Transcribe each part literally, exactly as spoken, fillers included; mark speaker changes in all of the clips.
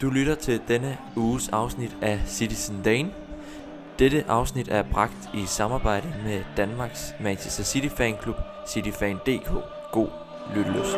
Speaker 1: Du lytter til denne uges afsnit af Citizen Dane. Dette afsnit er bragt i samarbejde med Danmarks Manchester City fanklub, cityfan punktum d k. God lyttelyst.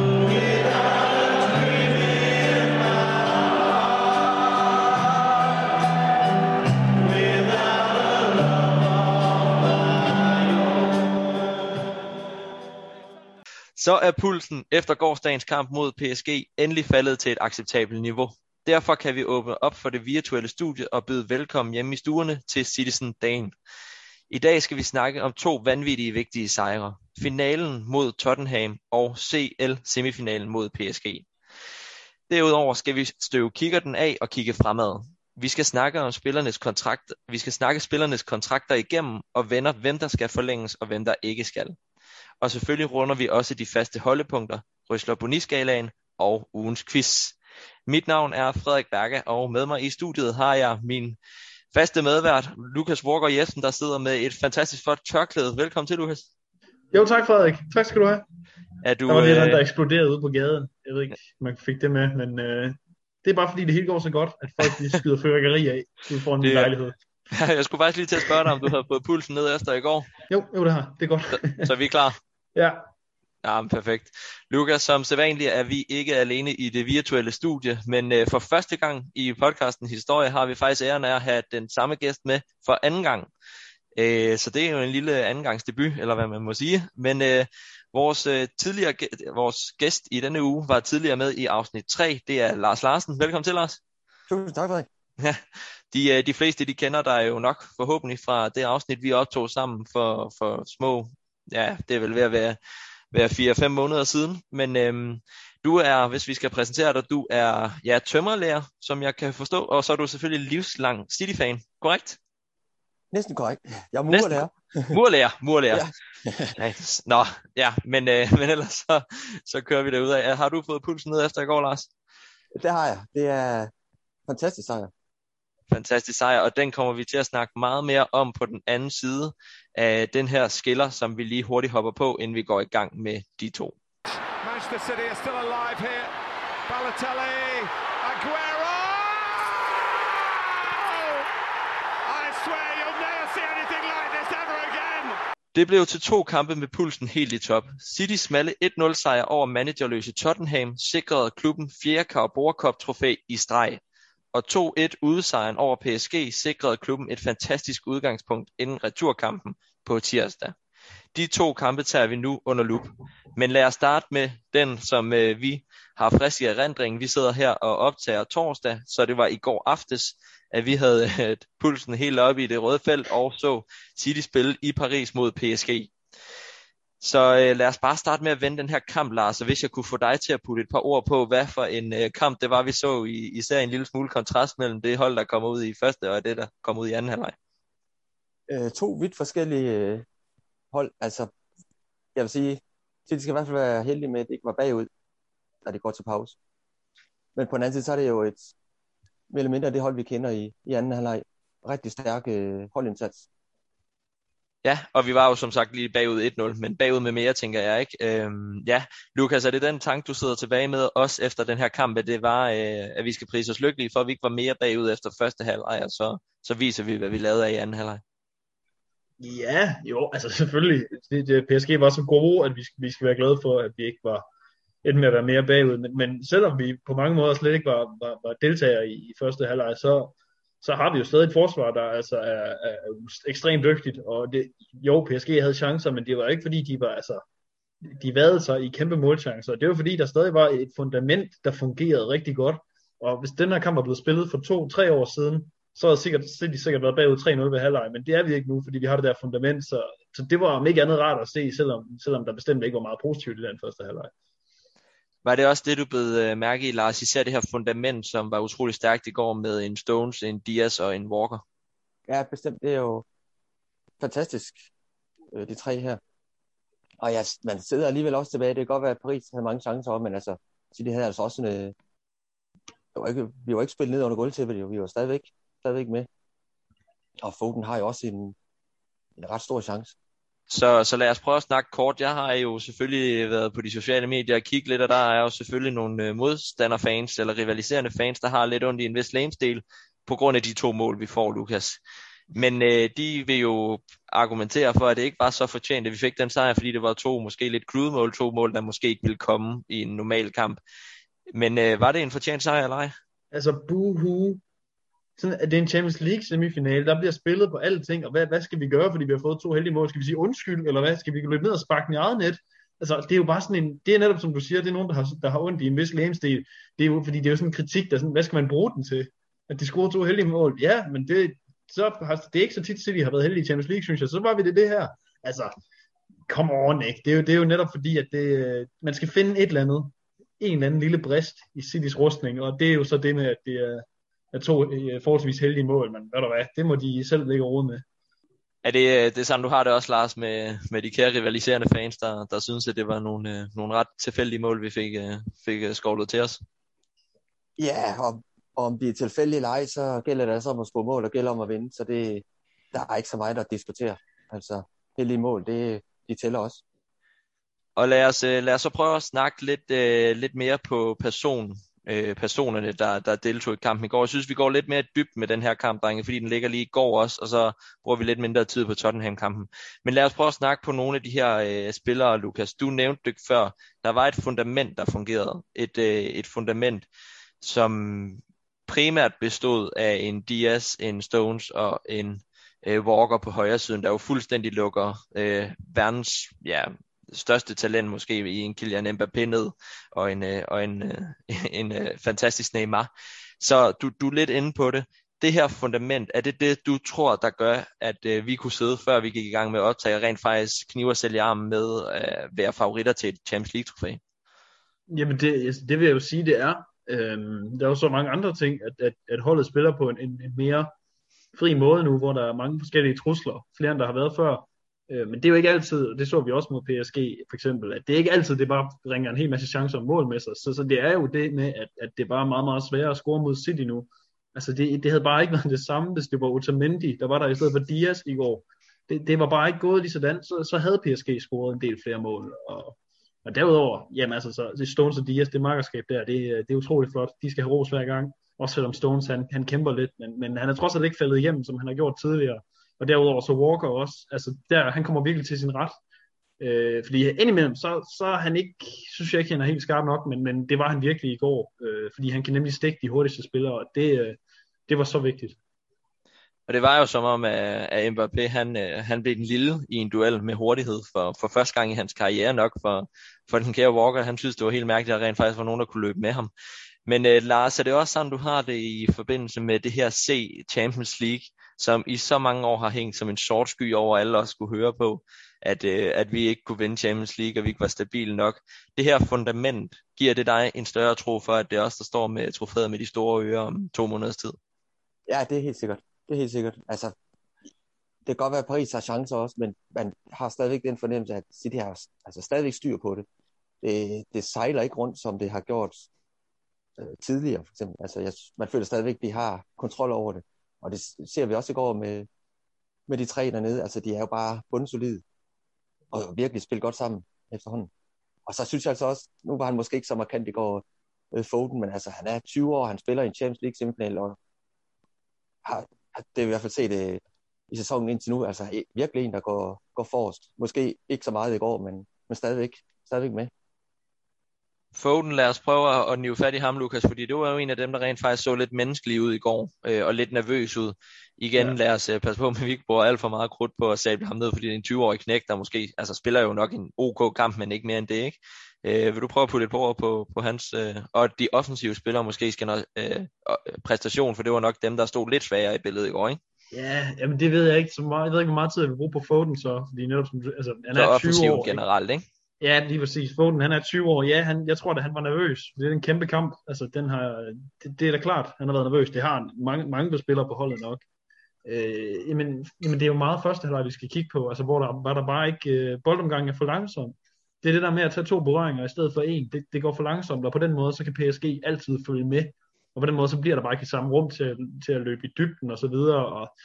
Speaker 2: Så er pulsen efter gårsdagens kamp mod P S G endelig faldet til et acceptabelt niveau. Derfor kan vi åbne op for det virtuelle studie og byde velkommen hjemme i stuerne til Citizen Dane. I dag skal vi snakke om to vanvittige vigtige sejre. Finalen mod Tottenham og C L-semifinalen mod P S G. Derudover skal vi støve kikkerten af og kigge fremad. Vi skal snakke om spillernes kontrakt. Vi skal snakke spillernes kontrakter igennem og vender, hvem der skal forlænges og hvem der ikke skal. Og selvfølgelig runder vi også de faste holdepunkter, Røsler Boni-skalaen og ugens quiz. Mit navn er Frederik Berge, og med mig i studiet har jeg min faste medvært, Lukas Walker Jessen, der sidder med et fantastisk flot tørklæde. Velkommen til, Lukas.
Speaker 3: Jo, tak Frederik. Tak skal du have.
Speaker 2: Er du,
Speaker 3: der var lige
Speaker 2: øh...
Speaker 3: den, der eksploderede ude på gaden. Jeg ved ikke, om man fik det med, men øh, det er bare fordi, det hele går så godt, at folk de skyder fyrværkeri af ude foran min lejlighed.
Speaker 2: Jeg skulle faktisk lige til at spørge dig, om du havde fået pulsen ned efter i går.
Speaker 3: Jo, jo det har. Det er godt.
Speaker 2: så, så er vi klar?
Speaker 3: Ja.
Speaker 2: Ja, perfekt. Lukas, som sædvanligt er vi ikke alene i det virtuelle studie, men øh, for første gang i podcasten Historie har vi faktisk æren af at have den samme gæst med for anden gang. Øh, så det er jo en lille andengangsdebut, eller hvad man må sige. Men øh, vores, øh, tidligere, vores gæst i denne uge var tidligere med i afsnit tre. Det er Lars Larsen. Velkommen til, Lars.
Speaker 4: Tusind tak, Frederik.
Speaker 2: Ja, de, de fleste de kender dig jo nok forhåbentlig fra det afsnit, vi optog sammen for, for små, ja, det er vel ved at være, være fire fem måneder siden. Men øhm, du er, hvis vi skal præsentere dig, du er ja, tømrerlærer, som jeg kan forstå, og så er du selvfølgelig livslang City-fan, korrekt?
Speaker 4: Næsten korrekt. Jeg er murerlærer.
Speaker 2: Murerlærer, murerlærer.
Speaker 4: Ja.
Speaker 2: Nå, ja, men, øh, men ellers så, så kører vi derud af. Har du fået pulsen ned efter i går, Lars?
Speaker 4: Det har jeg. Det er fantastisk sejr.
Speaker 2: Fantastisk sejr, og den kommer vi til at snakke meget mere om på den anden side af den her skiller, som vi lige hurtigt hopper på, inden vi går i gang med de to.
Speaker 5: Manchester City are still alive here. Balotelli, Aguero! I swear you'll never see anything like this ever again.
Speaker 2: Det blev til to kampe med pulsen helt i top. Citys smalle et nul sejr over managerløse Tottenham sikrede klubben fjerde Carabao Cup trofæ i streg. Og to et udsejren over P S G sikrede klubben et fantastisk udgangspunkt inden returkampen på tirsdag. De to kampe tager vi nu under lup. Men lad os starte med den, som øh, vi har frisk i erindring. Vi sidder her og optager torsdag, så det var i går aftes, at vi havde øh, pulsen helt oppe i det røde felt og så City spille i Paris mod P S G. Så øh, lad os bare starte med at vende den her kamp, Lars, og hvis jeg kunne få dig til at putte et par ord på, hvad for en øh, kamp det var, vi så i, især en lille smule kontrast mellem det hold, der kommer ud i første, og det, der kommer ud i anden halvleg.
Speaker 4: Øh, to vidt forskellige øh, hold, altså, jeg vil sige, de skal i hvert fald være heldige med, at det ikke var bagud, da det går til pause. Men på den anden side, så er det jo et, mere eller mindre det hold, vi kender i, i anden halvleg. Rigtig stærk øh, holdindsats.
Speaker 2: Ja, og vi var jo som sagt lige bagud et nul, men bagud med mere, tænker jeg, ikke? Øhm, ja, Lukas, er det den tanke, du sidder tilbage med os efter den her kamp, at det var, øh, at vi skal prise os lykkelige for, at vi ikke var mere bagud efter første halvleg, og så, så viser vi, hvad vi lavede af i anden halvleg?
Speaker 3: Ja, jo, altså selvfølgelig. Det, det, P S G var så gode, at vi, vi skal være glade for, at vi ikke var endt med at være mere bagud. Men, men selvom vi på mange måder slet ikke var, var, var deltagere i, i første halvleg, så så har vi jo stadig et forsvar, der altså er, er ekstremt dygtigt, og det, jo, P S G havde chancer, men det var ikke fordi, de var, altså, de vadede sig i kæmpe målchancer. Det var fordi, der stadig var et fundament, der fungerede rigtig godt, og hvis den her kamp var blevet spillet for to-tre år siden, så havde sikkert, så de sikkert været bagud tre nul ved halvleg, men det er vi ikke nu, fordi vi har det der fundament, så, så det var om ikke andet rart at se, selvom, selvom der bestemt ikke var meget positivt i den første halvleg.
Speaker 2: Var det også det, du blev mærke i, Lars, især det her fundament, som var utrolig stærkt i går med en Stones, en Diaz og en Walker?
Speaker 4: Ja, bestemt. Det er jo fantastisk, de tre her. Og ja, man sidder alligevel også tilbage. Det kan godt være, at Paris havde mange chancer op, men altså, City havde altså også en... Øh, var ikke, vi var ikke spillet ned under gulvtæppet, vi var stadigvæk, stadigvæk med. Og Foden har jo også en, en ret stor chance.
Speaker 2: Så, så lad os prøve at snakke kort. Jeg har jo selvfølgelig været på de sociale medier og kigget lidt, og der er jo selvfølgelig nogle modstanderfans eller rivaliserende fans, der har lidt ondt i en vis lægemsdel på grund af de to mål, vi får, Lukas. Men øh, de vil jo argumentere for, at det ikke var så fortjent, at vi fik den sejr, fordi det var to måske lidt crude-mål, to mål, der måske ikke ville komme i en normal kamp. Men øh, var det en fortjent sejr eller ej?
Speaker 3: Altså, buhu. Sådan, at det er en Champions League semifinale, der bliver spillet på alle ting, og hvad, hvad skal vi gøre, fordi vi har fået to heldige mål? Skal vi sige undskyld, eller hvad? Skal vi løbe ned og sparke den i eget net? Altså, det er jo bare sådan en, det er netop som du siger, det er nogen, der har, der har ondt i en vis lægemsdel. Det er jo, fordi det er jo sådan en kritik, der sådan, hvad skal man bruge den til? At de scorer to heldige mål? Ja, men det, så har, det er ikke så tit, at de har været heldige i Champions League, synes jeg. Så var vi det det her. Altså, come on, ikke? Det er jo, det er jo netop fordi, at det, man skal finde et eller andet, en eller anden lille brist i Citys rustning, og det er jo så det med, at det er af to øh, forholdsvis heldige mål, men hvad der hvad, det må de selv ligge råd med.
Speaker 2: Er det, det er sådan, du har det også, Lars, med, med de kære rivaliserende fans, der, der synes, at det var nogle, øh, nogle ret tilfældige mål, vi fik, øh, fik øh, skovlet til os?
Speaker 4: Ja, og, og om de er tilfældige eller ej, så gælder det altså om at score mål, og gælder om at vinde, så det, der er ikke så meget at diskutere. Altså, heldige mål, det, de tæller også.
Speaker 2: Og lad os, lad os så prøve at snakke lidt, øh, lidt mere på person, øh, personerne, der, der deltog i kampen i går. Jeg synes, vi går lidt mere dybt med den her kamp, drenge, fordi den ligger lige i går også, og så bruger vi lidt mindre tid på Tottenham-kampen. Men lad os prøve at snakke på nogle af de her øh, spillere, Lukas. Du nævnte det før. Der var et fundament, der fungerede. Et, øh, et fundament, som primært bestod af en Diaz, en Stones og en øh, Walker på højre siden, der jo fuldstændig lukker øh, verdens, ja, største talent måske i en Kylian Mbappé ned, og en, øh, og en, øh, en øh, fantastisk Neymar. Så du, du er lidt inde på det. Det her fundament, er det det, du tror, der gør, at øh, vi kunne sidde, før vi gik i gang med at optage, og rent faktisk knive os selv i armen med at øh, være favoritter til et Champions League-trofæ?
Speaker 3: Jamen, det, det vil jeg jo sige, det er. Øhm, der er jo så mange andre ting, at, at, at holdet spiller på en, en, en mere fri måde nu, hvor der er mange forskellige trusler, flere end der har været før. Øh, men det er jo ikke altid, og det så vi også mod P S G for eksempel, at det er ikke altid, det bare bringer en hel masse chancer om mål med sig. Så, så det er jo det med, at, at det er bare meget, meget sværere at score mod City nu. Altså det, det havde bare ikke været det samme, hvis det var Otamendi, der var der i stedet for Diaz i går. Det, det var bare ikke gået lige sådan, så, så havde P S G scoret en del flere mål. Og, og derudover, jamen altså, så, det Stones og Diaz, det makkerskab der, det, det er utroligt flot. De skal have ros hver gang, også selvom Stones han, han kæmper lidt, men, men han er trods alt ikke faldet igennem, som han har gjort tidligere. Og derudover så Walker også, altså der, han kommer virkelig til sin ret. Øh, fordi indimellem, så, så er han ikke, synes jeg ikke, han er helt skarp nok, men, men det var han virkelig i går, øh, fordi han kan nemlig stikke de hurtigste spillere, og det, øh, det var så vigtigt.
Speaker 2: Og det var jo som om, at, at Mbappé, han, han blev den lille i en duel med hurtighed for, for første gang i hans karriere nok for, for den kære Walker. Han synes, det var helt mærkeligt, at der rent faktisk var nogen, der kunne løbe med ham. Men uh, Lars, er det også sådan, du har det i forbindelse med det her C Champions League, som i så mange år har hængt som en sort sky over alle os skulle høre på, at, uh, at vi ikke kunne vinde Champions League, og vi ikke var stabile nok. Det her fundament, giver det dig en større tro for, at det er os, der står med trofæet med de store ører om to måneders tid?
Speaker 4: Ja, det er helt sikkert. Det er helt sikkert. Altså, det kan godt være, at Paris har chancer også, men man har stadigvæk den fornemmelse, at City har altså stadigvæk styr på det. Det, det sejler ikke rundt, som det har gjort øh, tidligere, for eksempel. Altså, jeg, man føler stadigvæk, at de har kontrol over det. Og det ser vi også i går med, med de tre dernede. Altså, de er jo bare bundsolide og virkelig spiller godt sammen efterhånden. Og så synes jeg altså også, nu var han måske ikke så markant i går, øh, Foden, men altså, han er tyve år, han spiller i en Champions League semifinal, og har det er i hvert fald set det i sæsonen indtil nu, altså virkelig en, der går, går forrest. Måske ikke så meget i går, men, men stadigvæk, stadigvæk med.
Speaker 2: Foden, lad os prøve at nive fat i ham, Lukas, fordi det var jo en af dem, der rent faktisk så lidt menneskelig ud i går, øh, og lidt nervøs ud. Igen, ja. Lad os uh, passe på, at vi ikke bruger alt for meget krudt på at sable ham ned, fordi det er en tyve-årig knæk, der måske altså, spiller jo nok en OK kamp, men ikke mere end det, ikke? Øh, vil du prøve at putte et par ord på, på hans, øh, og de offensive spillere måske skal noget øh, præstation, for det var nok dem, der stod lidt svagere i billedet i går, ikke?
Speaker 3: Ja, jamen det ved jeg ikke så meget. Jeg ved ikke, hvor meget tid jeg vil bruge på Foden så, fordi netop som, altså, han
Speaker 2: så
Speaker 3: er
Speaker 2: offensiv
Speaker 3: tyve år.
Speaker 2: generelt, ikke?
Speaker 3: Ja, lige præcis. Foden, han er tyve år. Ja, han, jeg tror da, han var nervøs. Det er en kæmpe kamp. Altså, den har, det, det er da klart, han har været nervøs. Det har mange, mange spillere på holdet nok. Øh, jamen, jamen, det er jo meget første halvleg, vi skal kigge på. Altså, hvor der var der bare ikke øh, boldomgangen er for langsom. Det er det der med at tage to berøringer i stedet for en. Det, det går for langsomt, og på den måde, så kan P S G altid følge med. Og på den måde, så bliver der bare ikke i samme rum til, til at løbe i dybden og så videre. Og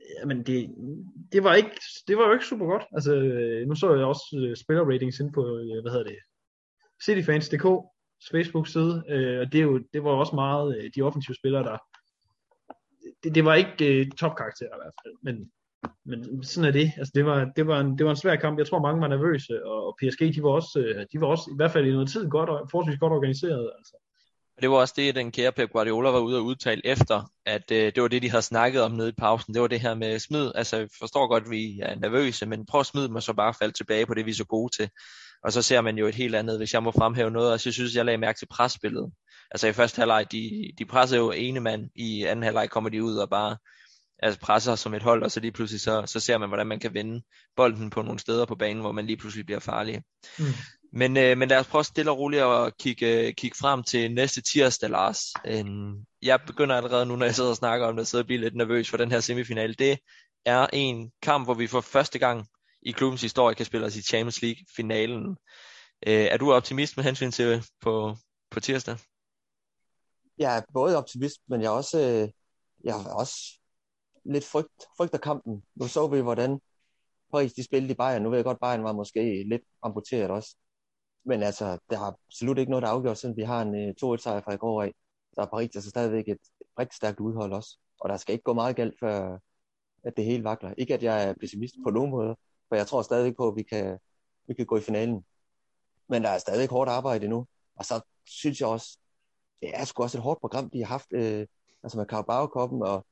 Speaker 3: Jamen, det, det, var ikke, det var jo ikke super godt. Altså, nu så jeg også uh, spillerratings inde på, uh, hvad hedder det, cityfans punktum d k's Facebook-side, uh, og det, er jo, det var også meget uh, de offensive spillere, der det, det var ikke uh, topkarakterer i hvert fald, men, men sådan er det. Altså, det var, det, var en, det var en svær kamp. Jeg tror, mange var nervøse, og, og P S G, de var, også, uh, de var også, i hvert fald i noget tid, godt, forholdsvis godt organiseret. Altså.
Speaker 2: Og det var også det, den kære Pep Guardiola var ude og udtale efter, at øh, det var det, de havde snakket om nede i pausen. Det var det her med smid. Altså, jeg forstår godt, at vi er nervøse, men prøv at smide mig så bare falde tilbage på det, vi er så gode til. Og så ser man jo et helt andet, hvis jeg må fremhæve noget, og så synes jeg, jeg lagde mærke til presspillet. Altså i første halvleg, de, de presser jo ene mand, i anden halvleg kommer de ud og bare altså presser som et hold, og så lige pludselig så, så ser man, hvordan man kan vende bolden på nogle steder på banen, hvor man lige pludselig bliver farlig. Mm. Men, øh, men lad os prøve stille og roligt at kigge, kigge frem til næste tirsdag, Lars. Øh, jeg begynder allerede nu, når jeg sidder og snakker om det, så at blive lidt nervøs for den her semifinale. Det er en kamp, hvor vi for første gang i klubbens historie kan spille os i Champions League-finalen. Øh, er du optimist med hensyn til på, på tirsdag?
Speaker 4: Jeg er både optimist, men jeg er også, øh, jeg er også lidt frygt, frygter kampen. Nu så vi, hvordan Paris de spillede i Bayern. Nu ved jeg godt, Bayern var måske lidt amputeret også. Men altså, der er absolut ikke noget, der er afgjort, siden vi har en uh, to et sejr fra i går af. Så er Paris altså stadigvæk et rigtig stærkt udhold også. Og der skal ikke gå meget galt, før at det hele vakler. Ikke at jeg er pessimist på nogen måde, for jeg tror stadigvæk på, at vi kan, vi kan gå i finalen. Men der er stadigvæk hårdt arbejde endnu. Og så synes jeg også, det er sgu også et hårdt program, de har haft, øh, altså med Carabao-koppen og,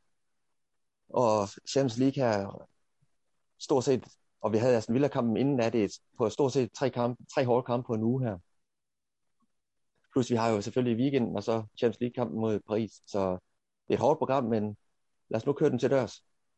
Speaker 4: og Champions League her, stort set. Og vi havde Aston Villa-kampen inden af det på stort set tre, kampe, tre hårde kampe på en uge her. Plus vi har jo selvfølgelig weekenden og så Champions League-kampen mod Paris. Så det er et hårdt program, men lad os nu køre den til dørs.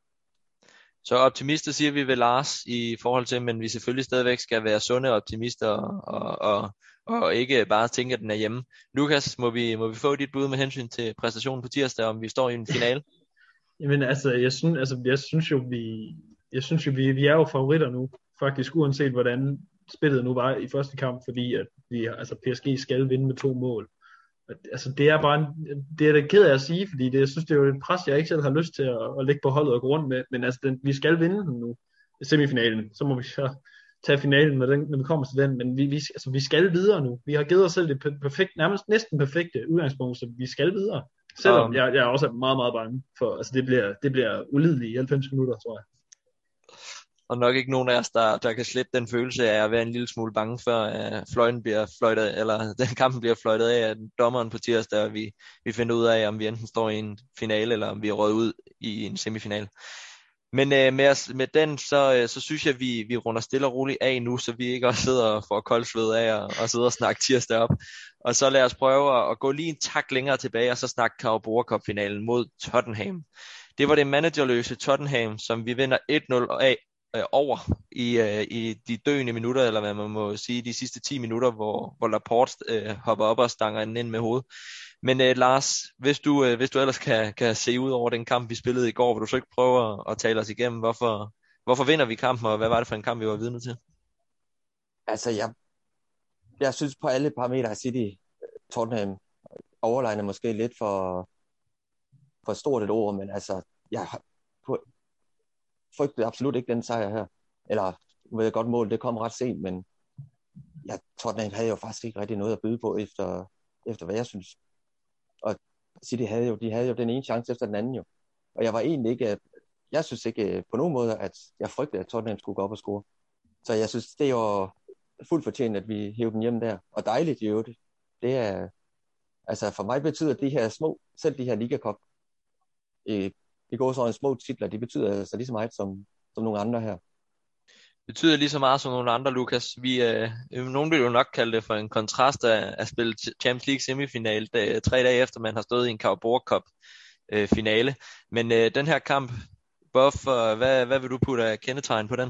Speaker 2: Så optimister siger vi ved Lars i forhold til, men vi selvfølgelig stadigvæk skal være sunde optimister og, og, og ikke bare tænke, at den er hjemme. Lukas, må vi, må vi få dit bud med hensyn til præstationen på tirsdag, om vi står i en finale?
Speaker 3: Jamen altså, jeg synes, altså, jeg synes jo, vi, jeg synes jo, vi, vi er jo favoritter nu, faktisk uanset hvordan spillet nu var i første kamp, fordi at vi, altså P S G skal vinde med to mål. Altså det er bare, en, det er da ked af at sige, fordi det, jeg synes, det er jo et pres, jeg ikke selv har lyst til at, at lægge på holdet og gå rundt med, men altså den, vi skal vinde den nu, semifinalen, så må vi så tage finalen, når, den, når vi kommer til den, men vi, vi, altså, vi skal videre nu. Vi har givet os selv det perfekt, nærmest næsten perfekte udgangspunkt, så vi skal videre. Selvom jeg, jeg er også meget, meget bange for, altså det bliver, det bliver ulideligt i halvfems minutter, tror jeg.
Speaker 2: Og nok ikke nogen af os, der, der kan slippe den følelse af at være en lille smule bange, før uh, fløjten bliver fløjtet, eller den kampen bliver fløjtet af af dommeren på tirsdag, og vi, vi finder ud af, om vi enten står i en finale, eller om vi er røget ud i en semifinal. Men uh, med, os, med den, så, uh, så synes jeg, at vi, vi runder stille og roligt af nu, så vi ikke også sidder og får koldsved af og, og sidder og snakker tirsdag op. Og så lad os prøve at, at gå lige en tak længere tilbage, og så snakke Carabao Cup-finalen mod Tottenham. Det var det managerløse Tottenham, som vi vinder et nul af over i, uh, i de døende minutter, eller hvad man må sige, de sidste ti minutter, hvor, hvor Laporte uh, hopper op og stanger den ind med hovedet. Men uh, Lars, hvis du, uh, hvis du ellers kan, kan se ud over den kamp, vi spillede i går, vil du så ikke prøve at, at tale os igennem, hvorfor, hvorfor vinder vi kampen, og hvad var det for en kamp, vi var vidne til?
Speaker 4: Altså, jeg, jeg synes på alle parametre, at City Tottenham overlegner måske lidt for, for stort et ord, men altså, jeg på frygtede absolut ikke den sejr her. Eller, nu ved jeg godt mål, det kom ret sent, men ja, Tottenham havde jo faktisk ikke rigtig noget at byde på, efter, efter hvad jeg synes. Og City havde jo, de havde jo den ene chance efter den anden jo. Og jeg var egentlig ikke, jeg synes ikke på nogen måde, at jeg frygtede, at Tottenham skulle gå op og score. Så jeg synes, det er jo fuldt fortjent, at vi hævde den hjem der. Og dejligt i øvrigt. Det er, altså for mig betyder de her små, selv de her Liga Cup, i, i går så en små titler, de betyder altså lige så meget som, som nogle andre her.
Speaker 2: Det betyder lige så meget som nogle andre, Lukas. Vi, øh, nogen vil jo nok kalde det for en kontrast af at spille Champions League semifinal da, tre dage efter, man har stået i en Carabao Cup øh, finale. Men øh, den her kamp, Buff, øh, hvad, hvad vil du putte af kendetegn på den?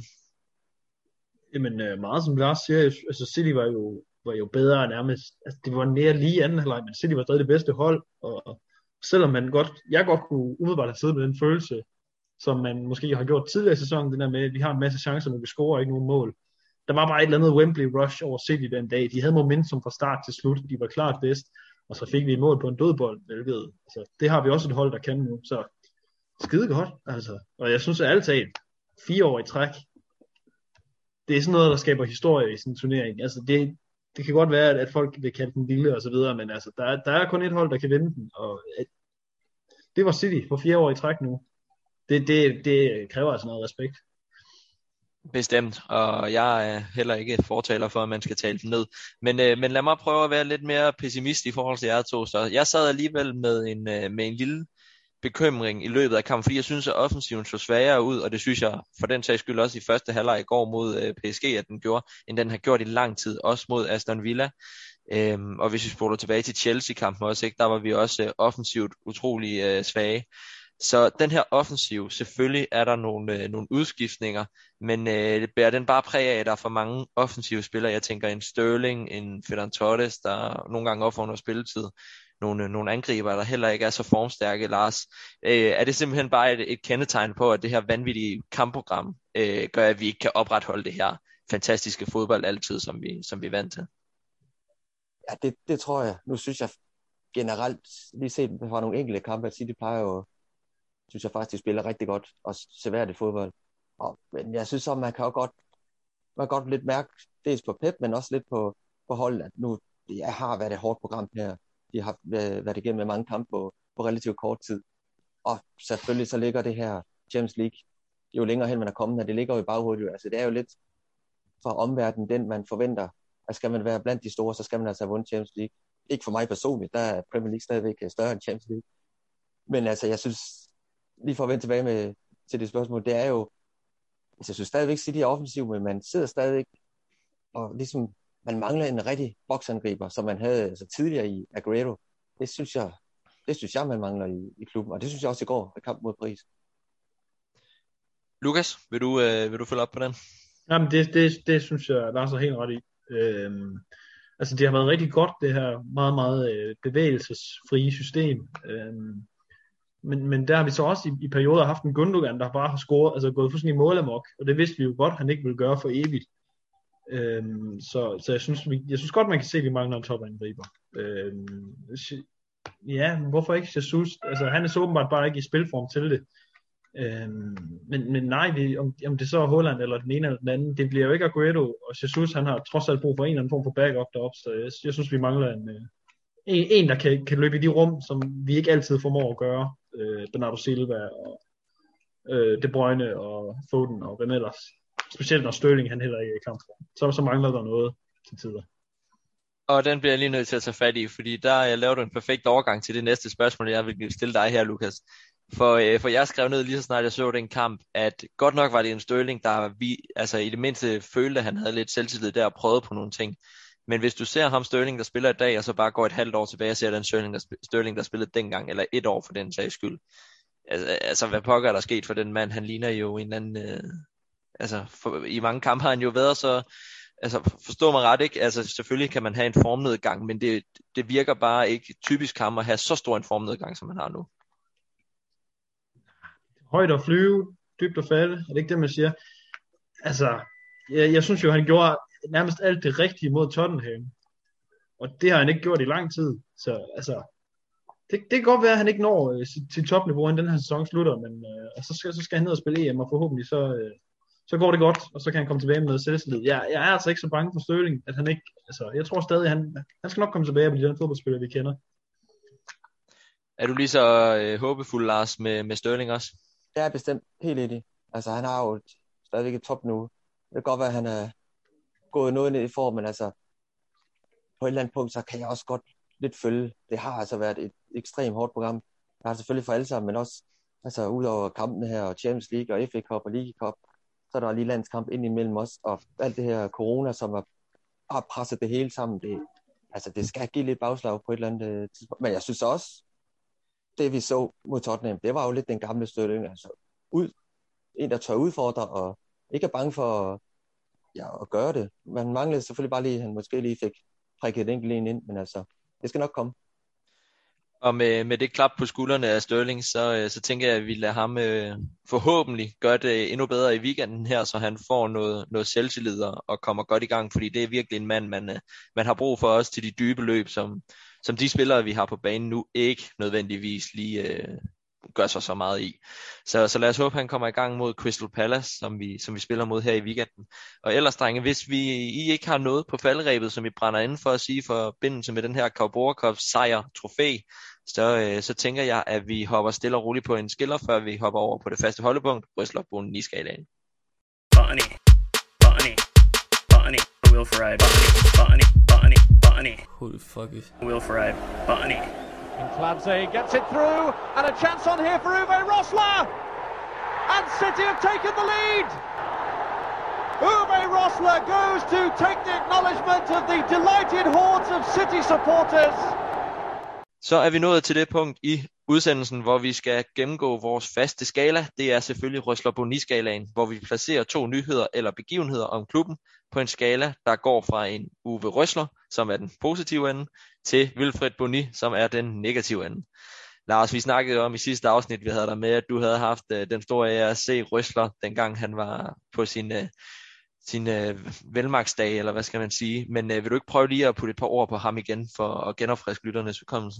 Speaker 3: Jamen øh, meget som Lars siger, altså City var jo, var jo bedre nærmest. Altså, det var mere lige anden halvleg, men City var stadig det bedste hold. Og selvom man godt, jeg godt kunne umiddelbart have siddet med den følelse, som man måske har gjort tidligere i sæsonen, den der med, at vi har en masse chancer, men vi scorer ikke nogen mål. Der var bare et eller andet Wembley rush over City den dag. De havde momentum fra start til slut. De var klart bedst, og så fik vi et mål på en dødbold, hvilket, altså, det har vi også et hold, der kan nu. Så skide godt, altså. Og jeg synes, at alt talt, fire år i træk, det er sådan noget, der skaber historie i sådan en turnering. Altså, det, det kan godt være, at folk vil kalde den lille og så videre, men altså, der, er- der er kun et hold, der kan vinde den, og at, det var City for fire år i træk nu. Det, det, det kræver altså noget respekt.
Speaker 2: Bestemt, og jeg er heller ikke fortaler for, at man skal tale den ned. Men, øh, men lad mig prøve at være lidt mere pessimist i forhold til jer to. Så jeg sad alligevel med en, øh, med en lille bekymring i løbet af kampen, fordi jeg synes, at offensiven så svagere ud, og det synes jeg for den sags skyld også i første halvleg i går mod øh, P S G, at den gjorde, end den har gjort i lang tid, også mod Aston Villa. Øhm, og hvis vi spoler tilbage til Chelsea-kampen også, ikke, der var vi også øh, offensivt utrolig øh, svage. Så den her offensiv, selvfølgelig er der nogle, øh, nogle udskiftninger, men øh, det bærer den bare præg af, at der er for mange offensive spillere. Jeg tænker en Sterling, en Ferran Torres, der nogle gange opfordrer noget spilletid. Nogle, øh, nogle angriber, der heller ikke er så formstærke, Lars. Øh, er det simpelthen bare et, et kendetegn på, at det her vanvittige kampprogram øh, gør, at vi ikke kan opretholde det her fantastiske fodbold altid, som vi, som vi er vant til?
Speaker 4: Ja, det, det tror jeg. Nu synes jeg generelt, lige set fra nogle enkelte kampe, at City plejer jo, synes jeg faktisk, de spiller rigtig godt og seværdigt fodbold. Og, men jeg synes også, man kan jo godt, man kan godt lidt mærke, dels på Pep, men også lidt på, på holdet, at nu det har været et hårdt program her. De har været, været igennem med mange kampe på, på relativt kort tid. Og selvfølgelig så ligger det her Champions League, jo længere hen man er kommet her, det ligger jo i baghovedet. Altså det er jo lidt fra omverdenen, den man forventer, at skal man være blandt de store, så skal man altså have vundet Champions League. Ikke for mig personligt, der er Premier League stadigvæk større end Champions League. Men altså, jeg synes, lige for at vende tilbage med, til det spørgsmål, det er jo, altså, jeg synes stadigvæk, City er offensiv, men man sidder stadigvæk, og ligesom, man mangler en rigtig boksangriber, som man havde altså, tidligere i Aguero. Det synes jeg, det synes jeg, man mangler i, i klubben, og det synes jeg også i går, i kampen mod Paris.
Speaker 2: Lukas, vil du, øh, vil du følge op på den?
Speaker 3: Jamen, det, det, det synes jeg, Lars er helt ret i. Øhm, altså, det har været rigtig godt, det her meget, meget øh, bevægelsesfrie system. Øhm, men, men der har vi så også i, i perioder haft en Gundogan, der bare har scoret, altså gået fuldstændig målamok, og det vidste vi jo godt, han ikke ville gøre for evigt. Øhm, så, så jeg synes, vi, jeg synes godt, man kan se, at vi mangler en topangriber. Øhm, ja, men hvorfor ikke Jesus? Altså, han er så åbenbart bare ikke i spilform til det. Øhm, men, men nej, vi, om, om det så er Haaland eller den ene eller den anden, det bliver jo ikke Aguero, og Jesus, han har trods alt brug for en eller anden form for backup deroppe, så jeg, jeg synes, vi mangler en, en, en der kan, kan løbe i de rum, som vi ikke altid formår at gøre. Øh, Bernardo Silva og øh, De Bruyne og Foden og hvem ellers. Specielt når Sterling han heller ikke er i kampform. Så, så mangler der noget til tider.
Speaker 2: Og den bliver jeg lige nødt til at tage fat i, fordi der jeg laver du en perfekt overgang til det næste spørgsmål, jeg vil stille dig her, Lukas. For, øh, for jeg skrev ned lige så snart jeg så den kamp, at godt nok var det en Sterling, der vi, altså i det mindste følte, at han havde lidt selvtillid der og prøvede på nogle ting. Men hvis du ser ham Sterling, der spiller i dag, og så bare går et halvt år tilbage og ser den Sterling, der, Sterling, der spillede dengang, eller et år for den sags skyld. Altså, altså hvad pokker er der sket for den mand? Han ligner jo en anden... Øh, altså, for, i mange kampe har han jo været så... Altså, forstår mig ret, ikke? Altså, selvfølgelig kan man have en formnedgang, men det, det virker bare ikke typisk ham at have så stor en formnedgang, som han har nu.
Speaker 3: Højt at flyve, dybt at falde, er det ikke det, man siger? Altså, jeg, jeg synes jo, han gjorde nærmest alt det rigtige mod Tottenham. Og det har han ikke gjort i lang tid. Så altså, det, det kan godt være, at han ikke når øh, sit, sit topniveau, inden den her sæson slutter, men øh, så, skal, så skal han ned og spille E M, og forhåbentlig så, øh, så går det godt, og så kan han komme tilbage med noget selvtillid. Jeg, jeg er altså ikke så bange for Sterling, at han ikke, altså, jeg tror stadig, han, han skal nok komme tilbage og blive den fodboldspiller, vi kender.
Speaker 2: Er du lige så øh, håbefuld, Lars, med, med Sterling også?
Speaker 4: Det er bestemt helt enig. Altså, han har jo et, stadigvæk et top nu. Det kan godt være, at han er gået noget ned i form, men altså, på et eller andet punkt, så kan jeg også godt lidt følge. Det har altså været et ekstremt hårdt program. Det har selvfølgelig for alle sammen, men også altså, ud over kampene her, og Champions League, og F A Cup og League Cup, så er der lige landskamp ind imellem os, og alt det her corona, som har, har presset det hele sammen, det, altså, det skal give lidt bagslag på et eller andet tidspunkt. Men jeg synes også, det vi så mod Tottenham, det var jo lidt den gamle Sterling, altså ud, en der tør udfordre, og ikke er bange for ja, at gøre det. Man manglede selvfølgelig bare lige, han måske lige fik prikket et enkelt en ind, men altså, det skal nok komme.
Speaker 2: Og med, med det klap på skuldrene af Sterling, så, så tænker jeg, at vi lader ham øh, forhåbentlig gøre det endnu bedre i weekenden her, så han får noget, noget selvtillid og kommer godt i gang, fordi det er virkelig en mand, man, man har brug for også til de dybe løb, som, som de spillere, vi har på banen nu, ikke nødvendigvis lige, øh, gør sig så meget i. Så, så lad os håbe, han kommer i gang mod Crystal Palace, som vi, som vi spiller mod her i weekenden. Og ellers, drenge, hvis vi I ikke har noget på faldrebet, som I brænder inden for at sige for forbindelse med den her Carabao Cup sejr trofæ, så, øh, så tænker jeg, at vi hopper stille og roligt på en skiller, før vi hopper over på det faste holdepunkt, Røsler-Boni-skalaen.
Speaker 6: Botany, Botany, Botany, Will Ferrari, Botany, Botany, Botany,
Speaker 1: Holy fuck it.
Speaker 6: Will Ferrari, Botany.
Speaker 5: And Clancy gets it through, and a chance on here for Uwe Rosler! And City have taken the lead! Uwe Rosler goes to take the acknowledgement of the delighted hordes of City supporters.
Speaker 2: Så er vi nået til det punkt i udsendelsen, hvor vi skal gennemgå vores faste skala. Det er selvfølgelig Røsler-Boni-skalaen, hvor vi placerer to nyheder eller begivenheder om klubben på en skala, der går fra en Uwe Røsler, som er den positive ende, til Wilfred Boni, som er den negative ende. Lars, vi snakkede om i sidste afsnit, vi havde der med, at du havde haft uh, den store ære at se Røsler, dengang han var på sin, uh, sin uh, velmagsdag, eller hvad skal man sige. Men uh, vil du ikke prøve lige at putte et par ord på ham igen, for at genopfriske lytternes hukommelse?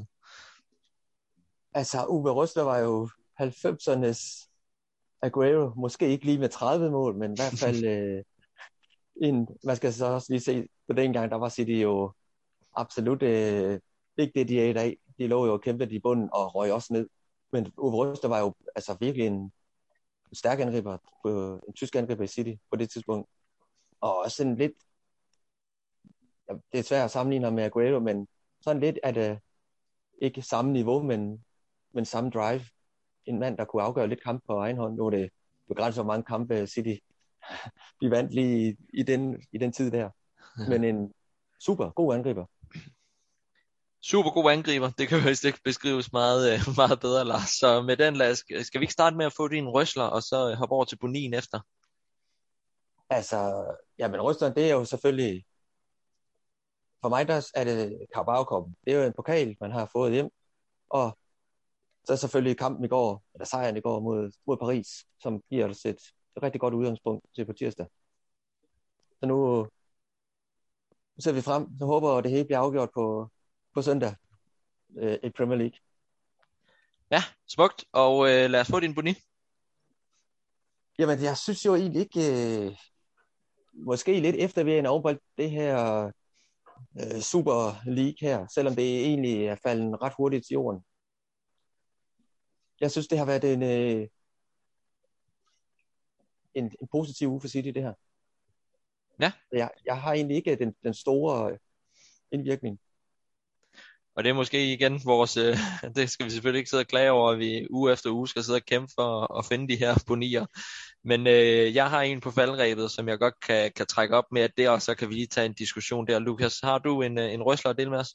Speaker 4: Altså, Uwe Røsler var jo halvfemsernes Aguero. Måske ikke lige med tredive mål, men i hvert fald øh, en, man skal så også lige se, på den gang, der var City jo absolut øh, ikke det, de er i dag. De lå jo og kæmpede i bunden og røg også ned. Men Uwe Røsler var jo altså virkelig en stærk angriber, på, en tysk angriber i City på det tidspunkt. Og også sådan lidt, ja, det er svært at sammenligne ham med Aguero, men sådan lidt er det ikke samme niveau, men men samme drive. En mand, der kunne afgøre lidt kamp på egen hånd. Nu er det begrænset, hvor mange kampe City de vandt lige i, i, den, i den tid der. Men en super god angriber.
Speaker 2: Super god angriber. Det kan vist ikke beskrives meget, meget bedre, Lars. Så med den, lad os, skal vi ikke starte med at få din Røsler, og så hoppe over til Bonien efter?
Speaker 4: Altså, jamen Røsleren, det er jo selvfølgelig, for mig der er det Carabao Cup. Det er jo en pokal, man har fået hjem. Og så er selvfølgelig kampen i går, eller sejren i går mod, mod Paris, som giver os et rigtig godt udgangspunkt til på tirsdag. Så nu, nu ser vi frem, så håber jeg, at det hele bliver afgjort på, på søndag øh, i Premier League.
Speaker 2: Ja, smukt. Og øh, lad os få din Boni.
Speaker 4: Jamen, jeg synes jo egentlig ikke, øh, måske lidt efter vi er en overboldt det her øh, Super League her, selvom det egentlig er faldet ret hurtigt til jorden. Jeg synes, det har været en, øh, en, en positiv uge for City, det her.
Speaker 2: Ja.
Speaker 4: Jeg, jeg har egentlig ikke den, den store indvirkning.
Speaker 2: Og det er måske igen vores, øh, det skal vi selvfølgelig ikke sidde og klage over, at vi uge efter uge skal sidde og kæmpe for at finde de her bonier. Men øh, jeg har en på faldrebet, som jeg godt kan, kan trække op med det, og så kan vi lige tage en diskussion der. Lukas, har du en, en Røsler at dele med os?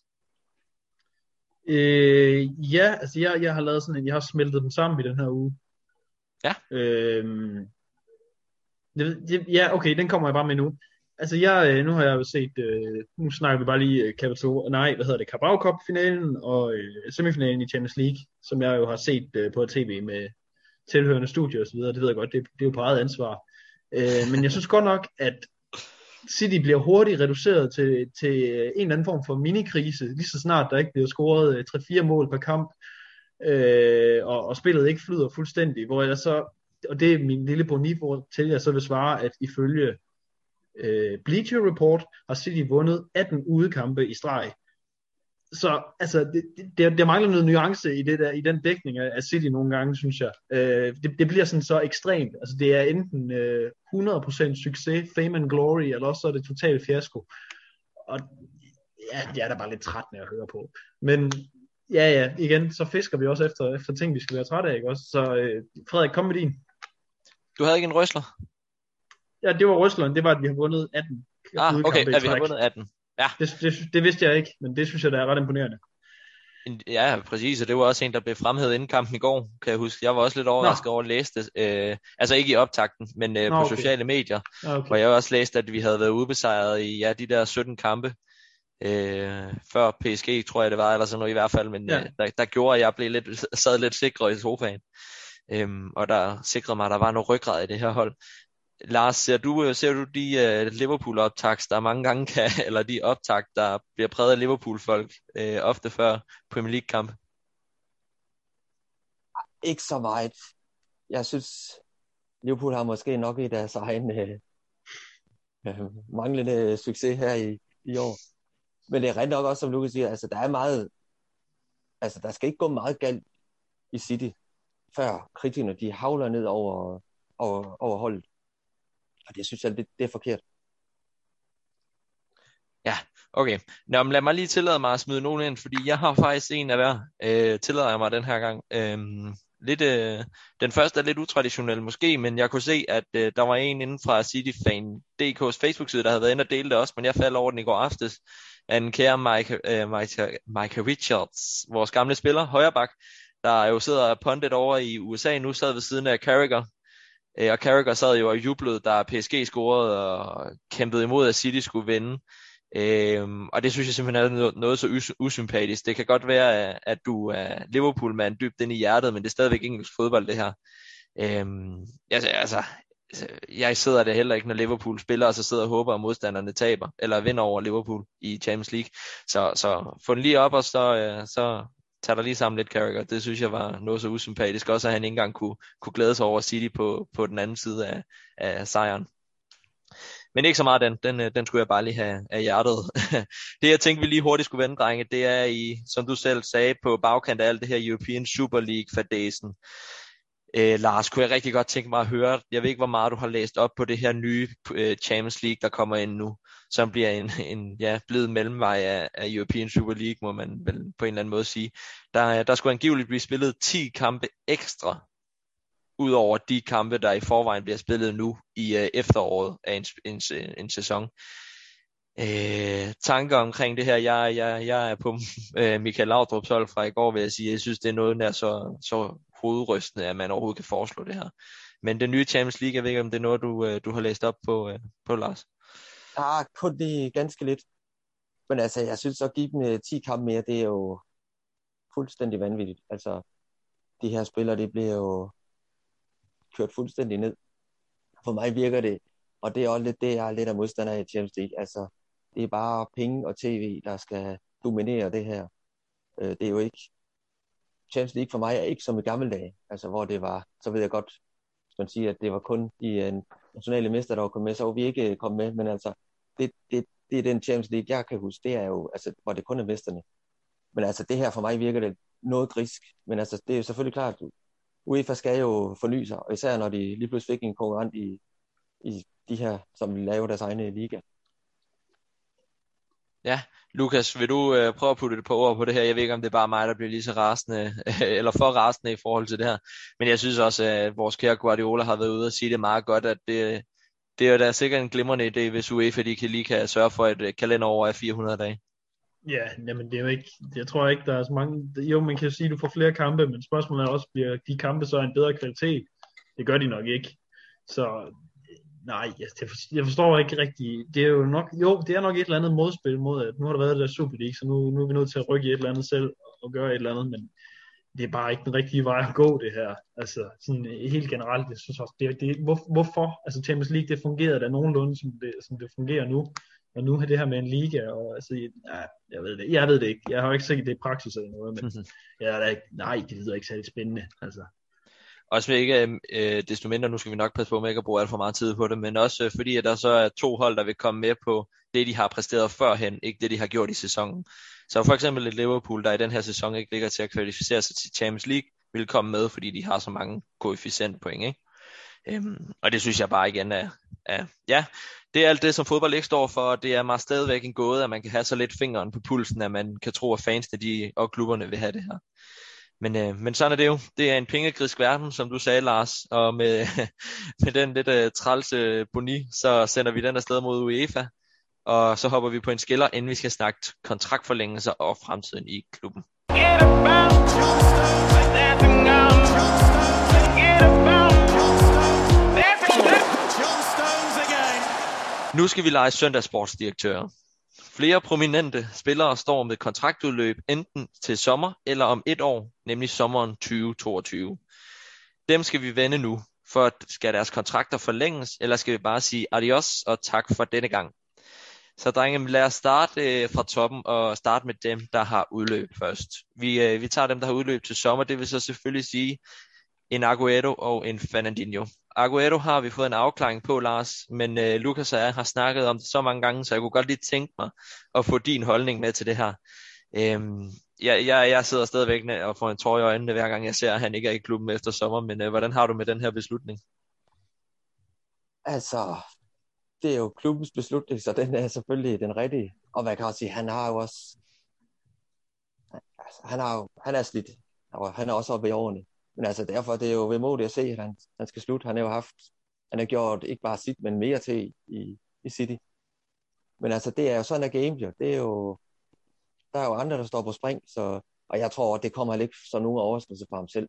Speaker 3: Øh, ja, altså jeg, jeg har lavet sådan en, jeg har smeltet dem sammen i den her uge.
Speaker 2: Ja.
Speaker 3: Øh, det, det, ja, okay, den kommer jeg bare med nu. Altså jeg, nu har jeg jo set, øh, nu snakker vi bare lige Capital, nej, hvad hedder det, Carabao Cup finalen og øh, semifinalen i Champions League, som jeg jo har set øh, på tv med tilhørende studier og så videre, det ved jeg godt, det, det er jo på eget ansvar. Øh, men jeg synes godt nok, at City bliver hurtigt reduceret til, til en eller anden form for minikrise, lige så snart der ikke bliver scoret tre fire mål per kamp, øh, og, og spillet ikke flyder fuldstændig, hvor jeg så, og det er min lille boni til, jeg så vil svare, at ifølge øh, Bleacher Report har City vundet atten udekampe i streg. Så altså, det, det, det mangler noget nuance i, det der, i den dækning af City nogle gange, synes jeg. Øh, det, det bliver sådan så ekstremt. Altså, det er enten øh, hundrede procent succes, fame and glory, eller også så er det totalt fiasko. Og ja, det er da bare lidt træt med at høre på. Men ja, ja, igen, så fisker vi også efter, efter ting, vi skal være trætte af, ikke også? Så øh, Frederik, kom med din.
Speaker 2: Du havde ikke en Røsler?
Speaker 3: Ja, det var Røsleren. Det var, at vi har vundet atten.
Speaker 2: Ah, okay, at vi har vundet atten. Ja.
Speaker 3: Det, det, det vidste jeg ikke, men det synes jeg, der er ret imponerende.
Speaker 2: Ja, præcis, og det var også en, der blev fremhævet inden kampen i går, kan jeg huske. Jeg var også lidt overrasket Nå. over at læse det. Øh, altså ikke i optakten, men øh, Nå, på okay. sociale medier. Okay. Hvor jeg også læste, at vi havde været ubesejret i ja, de der sytten kampe. Øh, før P S G, tror jeg det var, eller sådan noget i hvert fald. Men ja. øh, der, der gjorde, at jeg blev lidt, sad lidt sikrere i sofaen. Øh, og der sikrede mig, at der var noget ryggrad i det her hold. Lars, ser du, ser du de uh, Liverpool-optaks, der mange gange kan, eller de optakt, der bliver præget af Liverpool-folk, uh, ofte før Premier League-kamp?
Speaker 4: ikke så meget. Jeg synes, Liverpool har måske nok i deres egen øh, øh, manglende succes her i, i år. Men det er rent nok også, som Lukas siger, altså der er meget, altså der skal ikke gå meget galt i City, før kritikerne, de havler ned over, over, over holdet. Og det synes jeg, det, det er forkert.
Speaker 2: Ja, okay. Nå, men lad mig lige tillade mig at smide nogen ind, fordi jeg har faktisk en af hver. Øh, tillader jeg mig den her gang. Øh, lidt, øh, den første er lidt utraditionel måske, men jeg kunne se, at øh, der var en inden fra Cityfan punktum d k's Facebook-side, der havde været inde og dele det også, men jeg faldt over den i går aftes, af en kære Mike, øh, Mike, Mike Richards, vores gamle spiller, højreback, der jo sidder pundit over i U S A nu, sad ved siden af Carragher. Øh, og Carragher sad jo og jublede, da P S G scorede og kæmpede imod, at City skulle vinde. Øhm, og det synes jeg simpelthen er noget, noget så us- usympatisk. Det kan godt være, at du er Liverpool-mand dybt ind i hjertet, men det er stadigvæk engelsk fodbold, det her. Øhm, altså, altså, jeg sidder der heller ikke, når Liverpool spiller, og så sidder og håber, at modstanderne taber, eller vinder over Liverpool i Champions League. Så, så få den lige op, og så, øh, så tager der lige sammen lidt Carragher. Det synes jeg var noget så usympatisk. Også at han ikke engang kunne, kunne glæde sig over City på, på den anden side af, af sejren. Men ikke så meget den, den, den skulle jeg bare lige have af hjertet. Det jeg tænkte vi lige hurtigt skulle vende, drenge, det er i, som du selv sagde, på bagkant af alt det her European Super League-fadæsen. Øh, Lars, kunne jeg rigtig godt tænke mig at høre, jeg ved ikke hvor meget du har læst op på det her nye øh, Champions League, der kommer ind nu, som bliver en, en ja, blevet mellemvej af, af European Super League, må man vel på en eller anden måde sige. Der, der skulle angiveligt blive spillet ti kampe ekstra, udover de kampe, der i forvejen bliver spillet nu i øh, efteråret af en, en, en sæson. Øh, tanker omkring det her, jeg, jeg, jeg er på øh, Michael Laudrups hold fra i går, vil jeg sige, jeg synes det er noget, der er så, så hovedrystende, at man overhovedet kan foreslå det her. Men den nye Champions League, jeg ved ikke, om det er noget, du, øh, du har læst op på, øh, på Lars?
Speaker 4: Ja, kun det ganske lidt. Men altså, jeg synes at give dem ti kampe mere, det er jo fuldstændig vanvittigt. Altså, de her spillere, det bliver jo kørt fuldstændig ned. For mig virker det, og det er også lidt det, jeg er lidt af modstander i Champions League. Altså, det er bare penge og tv, der skal dominere det her. Det er jo ikke... Champions League for mig er ikke som i gamle dage, altså hvor det var, så ved jeg godt, hvis man siger, at det var kun de uh, nationale mester, der var kommet med, så var vi ikke kommet med, men altså, det, det, det er den Champions League, jeg kan huske, det er jo, altså, hvor det kun er mesterne. Men altså, det her for mig virker det noget grisk, men altså, det er jo selvfølgelig klart, UEFA skal jo forny sig, og især når de lige pludselig fik en konkurrent i, i de her, som laver deres egne liga.
Speaker 2: Ja, Lukas, vil du øh, prøve at putte et par ord på det her? Jeg ved ikke, om det er bare mig, der bliver lige så rasende, eller for rasende i forhold til det her. Men jeg synes også, at vores kære Guardiola har været ude og sige det meget godt, at det, det er da sikkert en glimrende idé, hvis UEFA de kan lige kan sørge for et kalenderår af fire hundrede dage.
Speaker 3: Ja, jamen det er jo ikke, jeg tror ikke, der er så mange, jo man kan jo sige, at du får flere kampe, men spørgsmålet er også, bliver de kampe så en bedre kvalitet? Det gør de nok ikke. Så nej, jeg forstår ikke rigtigt. Det er jo nok, jo, det er nok et eller andet modspil mod, at nu har der været det der Super League, så nu, nu er vi nødt til at rykke i et eller andet selv og gøre et eller andet, men det er bare ikke den rigtige vej at gå, det her. Altså, sådan helt generelt, jeg synes også, det, det, hvor, hvorfor? Altså, Champions League, det fungerede da nogenlunde, som det, som det fungerer nu, og nu har det her med en liga, og altså, nej, jeg ved det, jeg ved det ikke. Jeg har jo ikke sikkert det i praksis eller noget, men mm-hmm. jeg er da ikke, nej, det lyder ikke særlig spændende, altså.
Speaker 2: Også ikke øh, desto mindre, nu skal vi nok passe på med ikke at bruge alt for meget tid på det, men også øh, fordi, at der så er to hold, der vil komme med på det, de har præsteret førhen, ikke det, de har gjort i sæsonen. Så for eksempel et Liverpool, der i den her sæson ikke ligger til at kvalificere sig til Champions League, vil komme med, fordi de har så mange koefficientpoint, ikke? Øhm, og det synes jeg bare igen er, er, ja, det er alt det, som fodbold ikke står for, og det er mig stadigvæk en gåde, at man kan have så lidt fingeren på pulsen, at man kan tro, at fansene de, og klubberne vil have det her. Men, øh, men sådan er det jo. Det er en pengegrisk verden, som du sagde, Lars, og med, med den lidt uh, trælse boni, så sender vi den afsted mod UEFA, og så hopper vi på en skiller, inden vi skal snakke kontraktforlængelser og fremtiden i klubben. Nu skal vi lege søndagssportsdirektører. Flere prominente spillere står med kontraktudløb enten til sommer eller om et år, nemlig sommeren tyve toogtyve. Dem skal vi vende nu, for skal deres kontrakter forlænges, eller skal vi bare sige adios og tak for denne gang. Så drenge, lad os starte øh, fra toppen og starte med dem, der har udløb først. Vi, øh, vi tager dem, der har udløb til sommer, det vil så selvfølgelig sige en Agüero og en Fernandinho. Agüero har vi fået en afklaring på, Lars, men øh, Lukas og jeg har snakket om det så mange gange, så jeg kunne godt lige tænke mig at få din holdning med til det her. Øhm, jeg, jeg, jeg sidder stadigvæk og får en tår i øjnene, hver gang jeg ser, at han ikke er i klubben efter sommer, men øh, hvordan har du med den her beslutning?
Speaker 4: Altså, det er jo klubbens beslutning, så den er selvfølgelig den rigtige. Og hvad kan jeg sige, han har jo også, altså, han har jo, han er slidt, og han er også oppe i årene. Men altså, derfor det er jo vemodigt at se, at han, han skal slutte. Han har jo haft, han har gjort ikke bare sit, men mere til i, i City. Men altså, det er jo sådan, at game jo, det er jo, der er jo andre, der står på spring, så, og jeg tror, at det kommer ikke så nogen overraskelse for ham selv.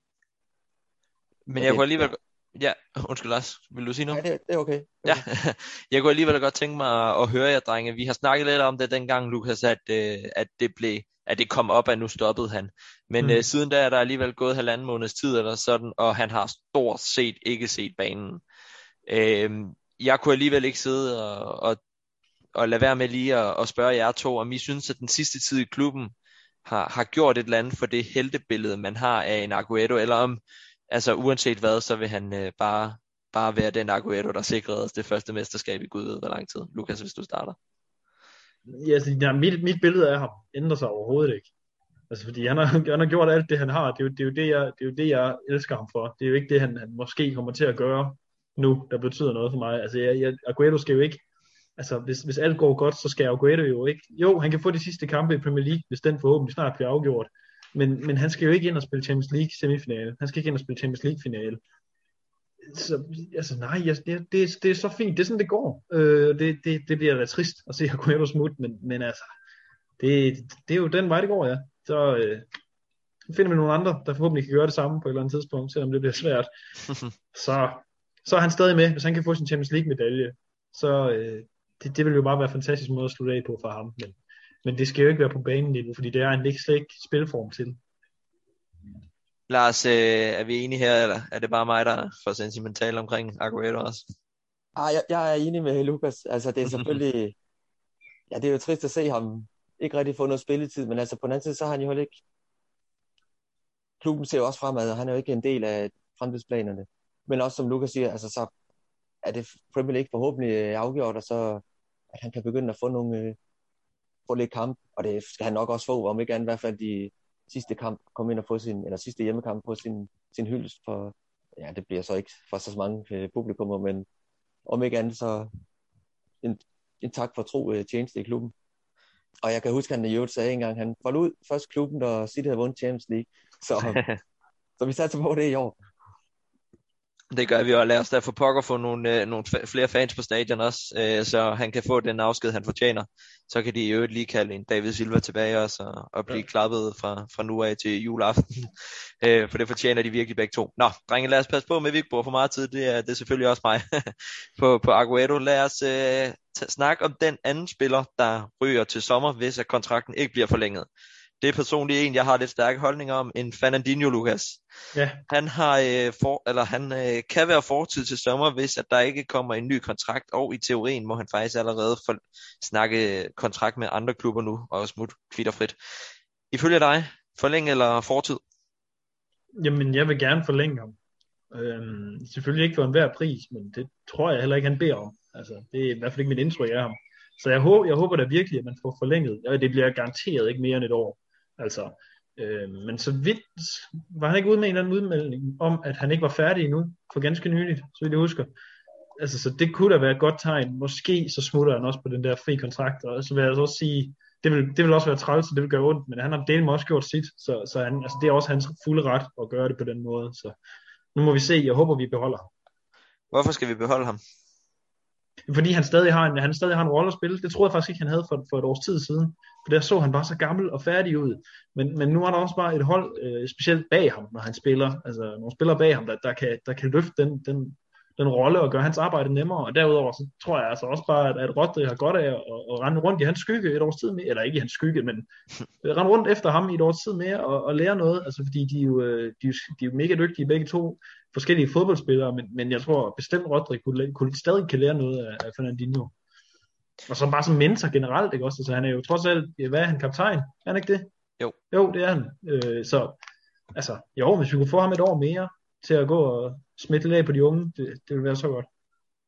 Speaker 2: Men jeg kunne alligevel... Ja, undskyld Lars, vil du sige noget?
Speaker 4: Nej, det, det er okay.
Speaker 2: Ja, jeg kunne alligevel godt tænke mig at høre jer, drenge. Vi har snakket lidt om det dengang, Lukas, at, at, det, blev, at det kom op, at nu stoppede han. Men mm. uh, siden da er der alligevel gået halvanden måneds tid eller sådan, og han har stort set ikke set banen. Uh, jeg kunne alligevel ikke sidde og, og, og lade være med lige at, at spørge jer to, om I synes, at den sidste tid i klubben har, har gjort et eller andet for det heltebillede, man har af en Agüero, eller om, altså uanset hvad, så vil han uh, bare... bare være den Agüero, der sikrede os det første mesterskab i Gud ved hvor lang tid. Lukas, hvis du starter.
Speaker 3: Ja, altså, ja, mit, mit billede af ham ændrer sig overhovedet ikke. Altså, fordi han har, han har gjort alt det, han har. Det er, jo, det, er jo det, jeg, det er jo det, jeg elsker ham for. Det er jo ikke det, han, han måske kommer til at gøre nu, der betyder noget for mig. Altså, jeg, jeg, Agüero skal jo ikke... Altså, hvis, hvis alt går godt, så skal Agüero jo ikke... Jo, han kan få de sidste kampe i Premier League, hvis den forhåbentlig snart bliver afgjort. Men, men han skal jo ikke ind og spille Champions League semifinale. Han skal ikke ind og spille Champions League finale. Så, altså nej, jeg, det, det, det er så fint, det er sådan det går. øh, det, det, det bliver da trist at se Agüero smutte, men, men altså det, det er jo den vej det går, ja. Så øh, finder vi nogle andre, der forhåbentlig kan gøre det samme på et eller andet tidspunkt, selvom det bliver svært. så, så er han stadig med, hvis han kan få sin Champions League medalje, så øh, det, det vil jo bare være en fantastisk måde at slutte af på for ham, men, men det skal jo ikke være på banen lige nu, fordi det er en ikke slet ikke spilform til.
Speaker 2: Lars, øh, er vi enige her, eller er det bare mig, der får sentimental omkring Agüero også?
Speaker 4: Ah, jeg, jeg er enig med Lukas. Altså, det er selvfølgelig... ja, det er jo trist at se ham ikke rigtig få noget spilletid, men altså på den anden side, så har han jo heller ikke... Klubben ser jo også fremad, og han er jo ikke en del af fremtidsplanerne. Men også som Lukas siger, altså så er det Premier League forhåbentlig afgjort, og så at han kan begynde at få nogle... få lidt kamp, og det skal han nok også få, om ikke andet i hvert fald de... sidste kamp komme ind og få sin, eller sidste hjemmekamp på sin, sin hyldest for, ja, det bliver så ikke for så mange øh, publikummer, men om ikke andet så en, en tak for tro øh, tjeneste i klubben. Og jeg kan huske, at han i øvrigt sagde engang, han forlod først klubben, da City havde vundet Champions League, så, så vi satser på det i år.
Speaker 2: Det gør vi, og lad os da for pokker få nogle, øh, nogle flere fans på stadion også, øh, så han kan få den afsked, han fortjener. Så kan de i øvrigt lige kalde en David Silva tilbage også, og, og blive ja. klappet fra, fra nu af til juleaften. øh, for det fortjener de virkelig begge to. Nå, drenge, lad os passe på med, at vi ikke bruger for meget tid. Det er, det er selvfølgelig også mig på, på Agüero. Lad os øh, t- snakke om den anden spiller, der ryger til sommer, hvis at kontrakten ikke bliver forlænget. Det er personligt en, jeg har lidt stærke holdninger om, en Fernandinho, Lukas.
Speaker 3: Ja.
Speaker 2: Han har øh, for, eller han øh, kan være fortid til sommer, hvis at der ikke kommer en ny kontrakt, og i teorien må han faktisk allerede for, snakke kontrakt med andre klubber nu, og smutte kvitterfrit. Ifølge dig, forlænge eller fortid?
Speaker 3: Jamen, jeg vil gerne forlænge ham. Øhm, selvfølgelig ikke for enhver pris, men det tror jeg heller ikke, han beder om. Altså, det er i hvert fald ikke mit indtryk af ham. Så jeg håber, jeg håber da virkelig, at man får forlænget. Og det bliver garanteret ikke mere end et år. Altså, øh, men så vidt var han ikke ude med en eller anden udmelding om, at han ikke var færdig endnu, for ganske nyligt, så vidt jeg husker. Altså, så det kunne da være et godt tegn. Måske så smutter han også på den der fri kontrakt, og så vil jeg også sige, det vil, det vil også være træls, og det vil gøre ondt, men han har delt også gjort sit, så, så han, altså, det er også hans fulde ret at gøre det på den måde. Så nu må vi se, jeg håber, vi beholder ham.
Speaker 2: Hvorfor skal vi beholde ham?
Speaker 3: Fordi han stadig har en, han stadig har en rolle at spille. Det troede jeg faktisk ikke, han havde for, for et års tid siden. For der så han bare så gammel og færdig ud. Men, men nu er der også bare et hold, øh, specielt bag ham, når han spiller. Altså nogle spillere bag ham, der, der, kan, der kan løfte den, den, den rolle og gøre hans arbejde nemmere. Og derudover så tror jeg altså også bare, at, at Rodri har godt af at, at rende rundt i hans skygge et års tid mere. Eller ikke i hans skygge, men rende rundt efter ham i et års tid mere og, og lære noget. Altså fordi de er, jo, de, er jo, de er jo mega dygtige begge to. Forskellige fodboldspillere, men, men jeg tror bestemt Rodri kunne, kunne stadig kan lære noget af, af Fernandinho. Og så bare som mentor generelt, ikke også? Altså han er jo trods alt, hvad er han, kaptajn? Er han ikke det?
Speaker 2: Jo.
Speaker 3: Jo, det er han. Øh, så, altså, jo, hvis vi kunne få ham et år mere, til at gå og smitte lidt af på de unge. Det, det vil være så godt.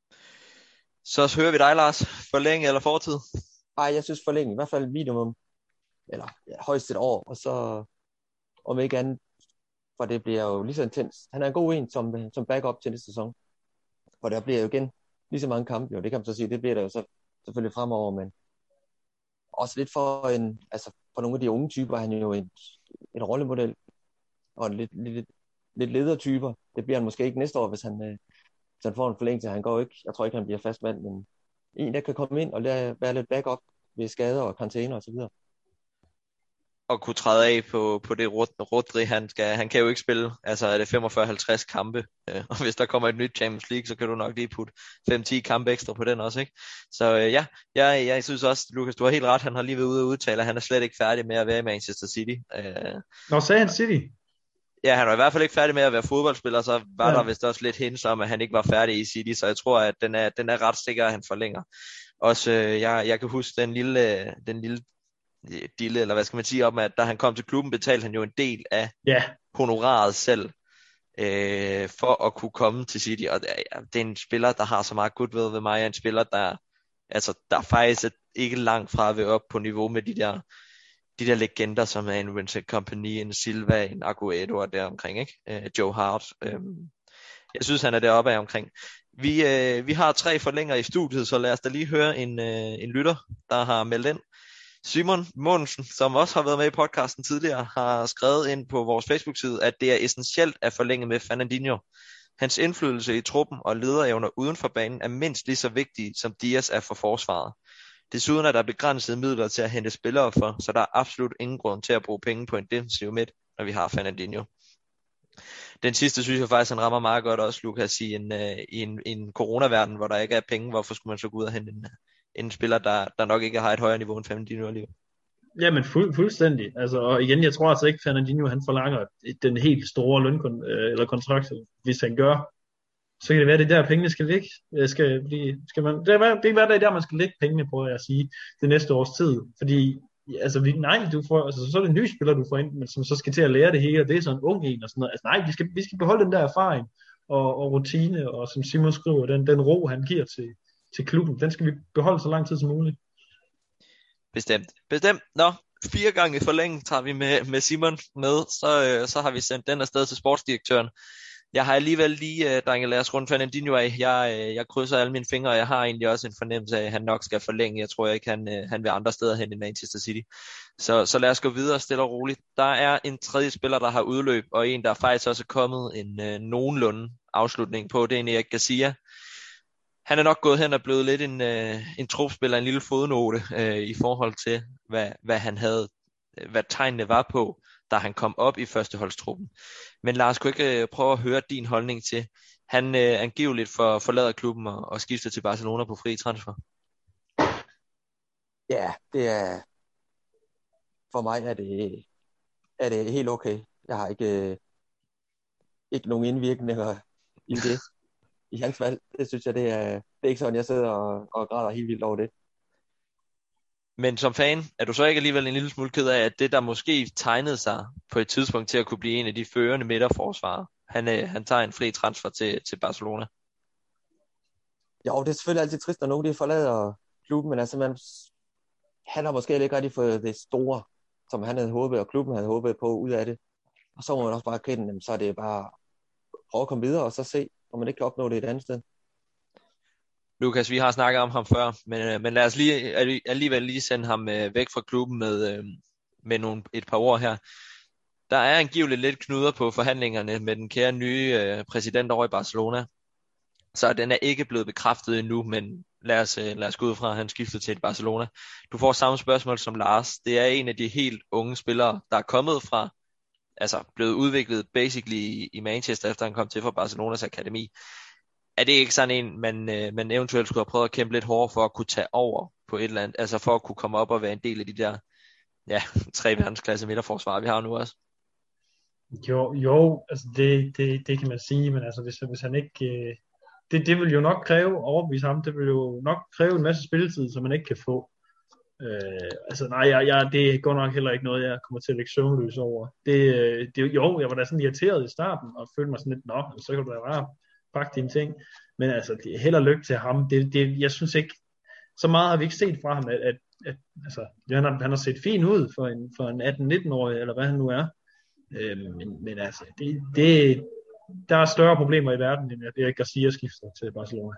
Speaker 2: Så hører vi dig, Lars. Forlænge eller fortid?
Speaker 4: Ej, jeg synes forlænge, i hvert fald minimum, eller ja, højst et år, og så om ikke andet, for det bliver jo lige så intens. Han er en god en som, som backup til næste sæson, for der bliver jo igen lige så mange kampe, jo, det kan man så sige, det bliver der jo så selvfølgelig fremover, men også lidt for en, altså for nogle af de unge typer, han er jo en, en rollemodel, og en lidt, lidt, lidt ledertyper. Det bliver han måske ikke næste år, hvis han, øh, hvis han får en forlængelse. Han går ikke, jeg tror ikke, han bliver fast mand, men en, der kan komme ind og lære, være lidt backup ved skader og karantæner og så videre.
Speaker 2: Og kunne træde af på, på det Rodri, han skal. Han kan jo ikke spille, altså er det femogfyrre halvtreds kampe, øh, og hvis der kommer et nyt Champions League, så kan du nok lige putte fem til ti kampe ekstra på den også, ikke? Så øh, ja, jeg, jeg synes også, Lukas, du har helt ret, han har lige været ude og udtale, at han er slet ikke færdig med at være i Manchester City. Øh,
Speaker 3: Nå, sagde han City?
Speaker 2: Ja, han var i hvert fald ikke færdig med at være fodboldspiller, så var ja. der vist også lidt hints om, at han ikke var færdig i City, så jeg tror, at den er, den er ret sikker, at han forlænger. Også, øh, jeg, jeg kan huske den lille, den lille dille, eller hvad skal man sige, om, at da han kom til klubben, betalte han jo en del af
Speaker 3: yeah.
Speaker 2: honoraret selv, øh, for at kunne komme til City, og det er, det er en spiller, der har så meget goodwill ved mig, en spiller, der, altså, der faktisk er ikke langt fra at være op på niveau med de der de der legender, som er en Vincent Kompany, en Silva, en Agüero og der omkring, ikke? Øh, Joe Hart. Øh, jeg synes, han er deroppe af omkring. Vi, øh, vi har tre forlænger i studiet, så lad os da lige høre en, øh, en lytter, der har meldt ind. Simon Mogensen, som også har været med i podcasten tidligere, har skrevet ind på vores Facebook-side, at det er essentielt at forlænge med Fernandinho. Hans indflydelse i truppen og lederevner uden for banen er mindst lige så vigtige, som Dias er for forsvaret. Desuden er der begrænsede midler til at hente spillere for, så der er absolut ingen grund til at bruge penge på en defensiv midt, når vi har Fernandinho. Den sidste synes jeg faktisk, han rammer meget godt også, Lukas, i en, uh, i en, i en coronaverden, hvor der ikke er penge. Hvorfor skulle man så gå ud og hente en, en spiller, der, der nok ikke har et højere niveau end Fernandinho alligevel?
Speaker 3: Jamen fuld, fuldstændig. Altså, og igen, jeg tror altså ikke, Fernandinho han forlanger den helt store lønkon, eller kontrakt, hvis han gør. Så kan det være, det der pengene skal ligge. Skal blive, skal man, det, er, det kan være, det er der, man skal lægge pengene på, at sige, det næste års tid. Fordi, altså, vi, nej, du får, altså, så er det en ny spiller, du får ind, men som så skal til at lære det hele, og det er sådan en ung en og sådan noget. Altså, nej, vi skal, vi skal beholde den der erfaring og, og rutine, og som Simon skriver, den, den ro, han giver til, til klubben, den skal vi beholde så lang tid som muligt.
Speaker 2: Bestemt. Bestemt. Nå, fire gange forlænge tager vi med, med Simon med, så, så har vi sendt den afsted til sportsdirektøren. Jeg har alligevel lige, uh, drenge, lad os runde Fernandinho af. Jeg, uh, jeg krydser alle mine fingre, og jeg har egentlig også en fornemmelse af, at han nok skal forlænge. Jeg tror ikke, han, uh, han vil andre steder hen i Manchester City. Så, så lad os gå videre stille og roligt. Der er en tredje spiller, der har udløb, og en, der faktisk også er kommet en uh, nogenlunde afslutning på. Det er en Eric Garcia. Han er nok gået hen og blevet lidt en, uh, en trupspiller, en lille fodnote uh, i forhold til, hvad, hvad han havde, hvad tegnene var på, da han kom op i førsteholdstruppen. Men Lars, kunne ikke øh, prøve at høre din holdning til, han øh, angiveligt for, forlader klubben og, og skifter til Barcelona på fri transfer?
Speaker 4: Ja, det er, for mig er det, er det helt okay. Jeg har ikke, øh, ikke nogen indvirkninger i det, i hans valg. Det synes jeg, det er, det er ikke sådan, jeg sidder og, og græder helt vildt over det.
Speaker 2: Men som fan, er du så ikke alligevel en lille smule ked af, at det der måske tegnede sig på et tidspunkt til at kunne blive en af de førende midterforsvarer, han, øh, han tager en fri transfer til, til Barcelona?
Speaker 4: Jo, det er selvfølgelig altid trist, når nogen de forlader klubben, men altså, man, han har måske ikke rigtig fået det store, som han havde håbet, og klubben havde håbet på ud af det. Og så må man også bare kende, så er det bare prøve at komme videre, og så se, om man ikke kan opnå det et andet sted.
Speaker 2: Lukas, vi har snakket om ham før, men, men lad os lige, alligevel lige sende ham øh, væk fra klubben med, øh, med nogle, et par ord her. Der er angiveligt lidt knuder på forhandlingerne med den kære nye øh, præsident over i Barcelona, så den er ikke blevet bekræftet endnu, men lad os, øh, lad os gå ud fra, at han skifter til et Barcelona. Du får samme spørgsmål som Lars. Det er en af de helt unge spillere, der er kommet fra, altså blevet udviklet basically i, i Manchester, efter han kom til fra Barcelonas akademi. Er det ikke sådan en, man, øh, man eventuelt skulle have prøvet at kæmpe lidt hårdere for at kunne tage over på et eller andet, altså for at kunne komme op og være en del af de der, ja, tre verdensklasse midterforsvar, vi har nu også?
Speaker 3: Jo, jo, altså det, det, det kan man sige, men altså hvis, hvis han ikke, øh, det, det vil jo nok kræve overbevise ham, det vil jo nok kræve en masse spilletid, som man ikke kan få. Øh, altså nej, jeg, jeg, det er godt nok heller ikke noget, jeg kommer til at lægge søvnløs over. Det, øh, det, jo, jeg var da sådan irriteret i starten, og følte mig sådan lidt, nå, så kan du da bare pakke dine ting. Men altså, det er held og lykke til ham. Det, det, jeg synes ikke, så meget har vi ikke set fra ham, at, at, at altså, han, har, han har set fin ud for en, for en atten-nitten-årig, eller hvad han nu er. Øh, men, men altså, det, det, der er større problemer i verden, end at Eric Garcia skifter til Barcelona.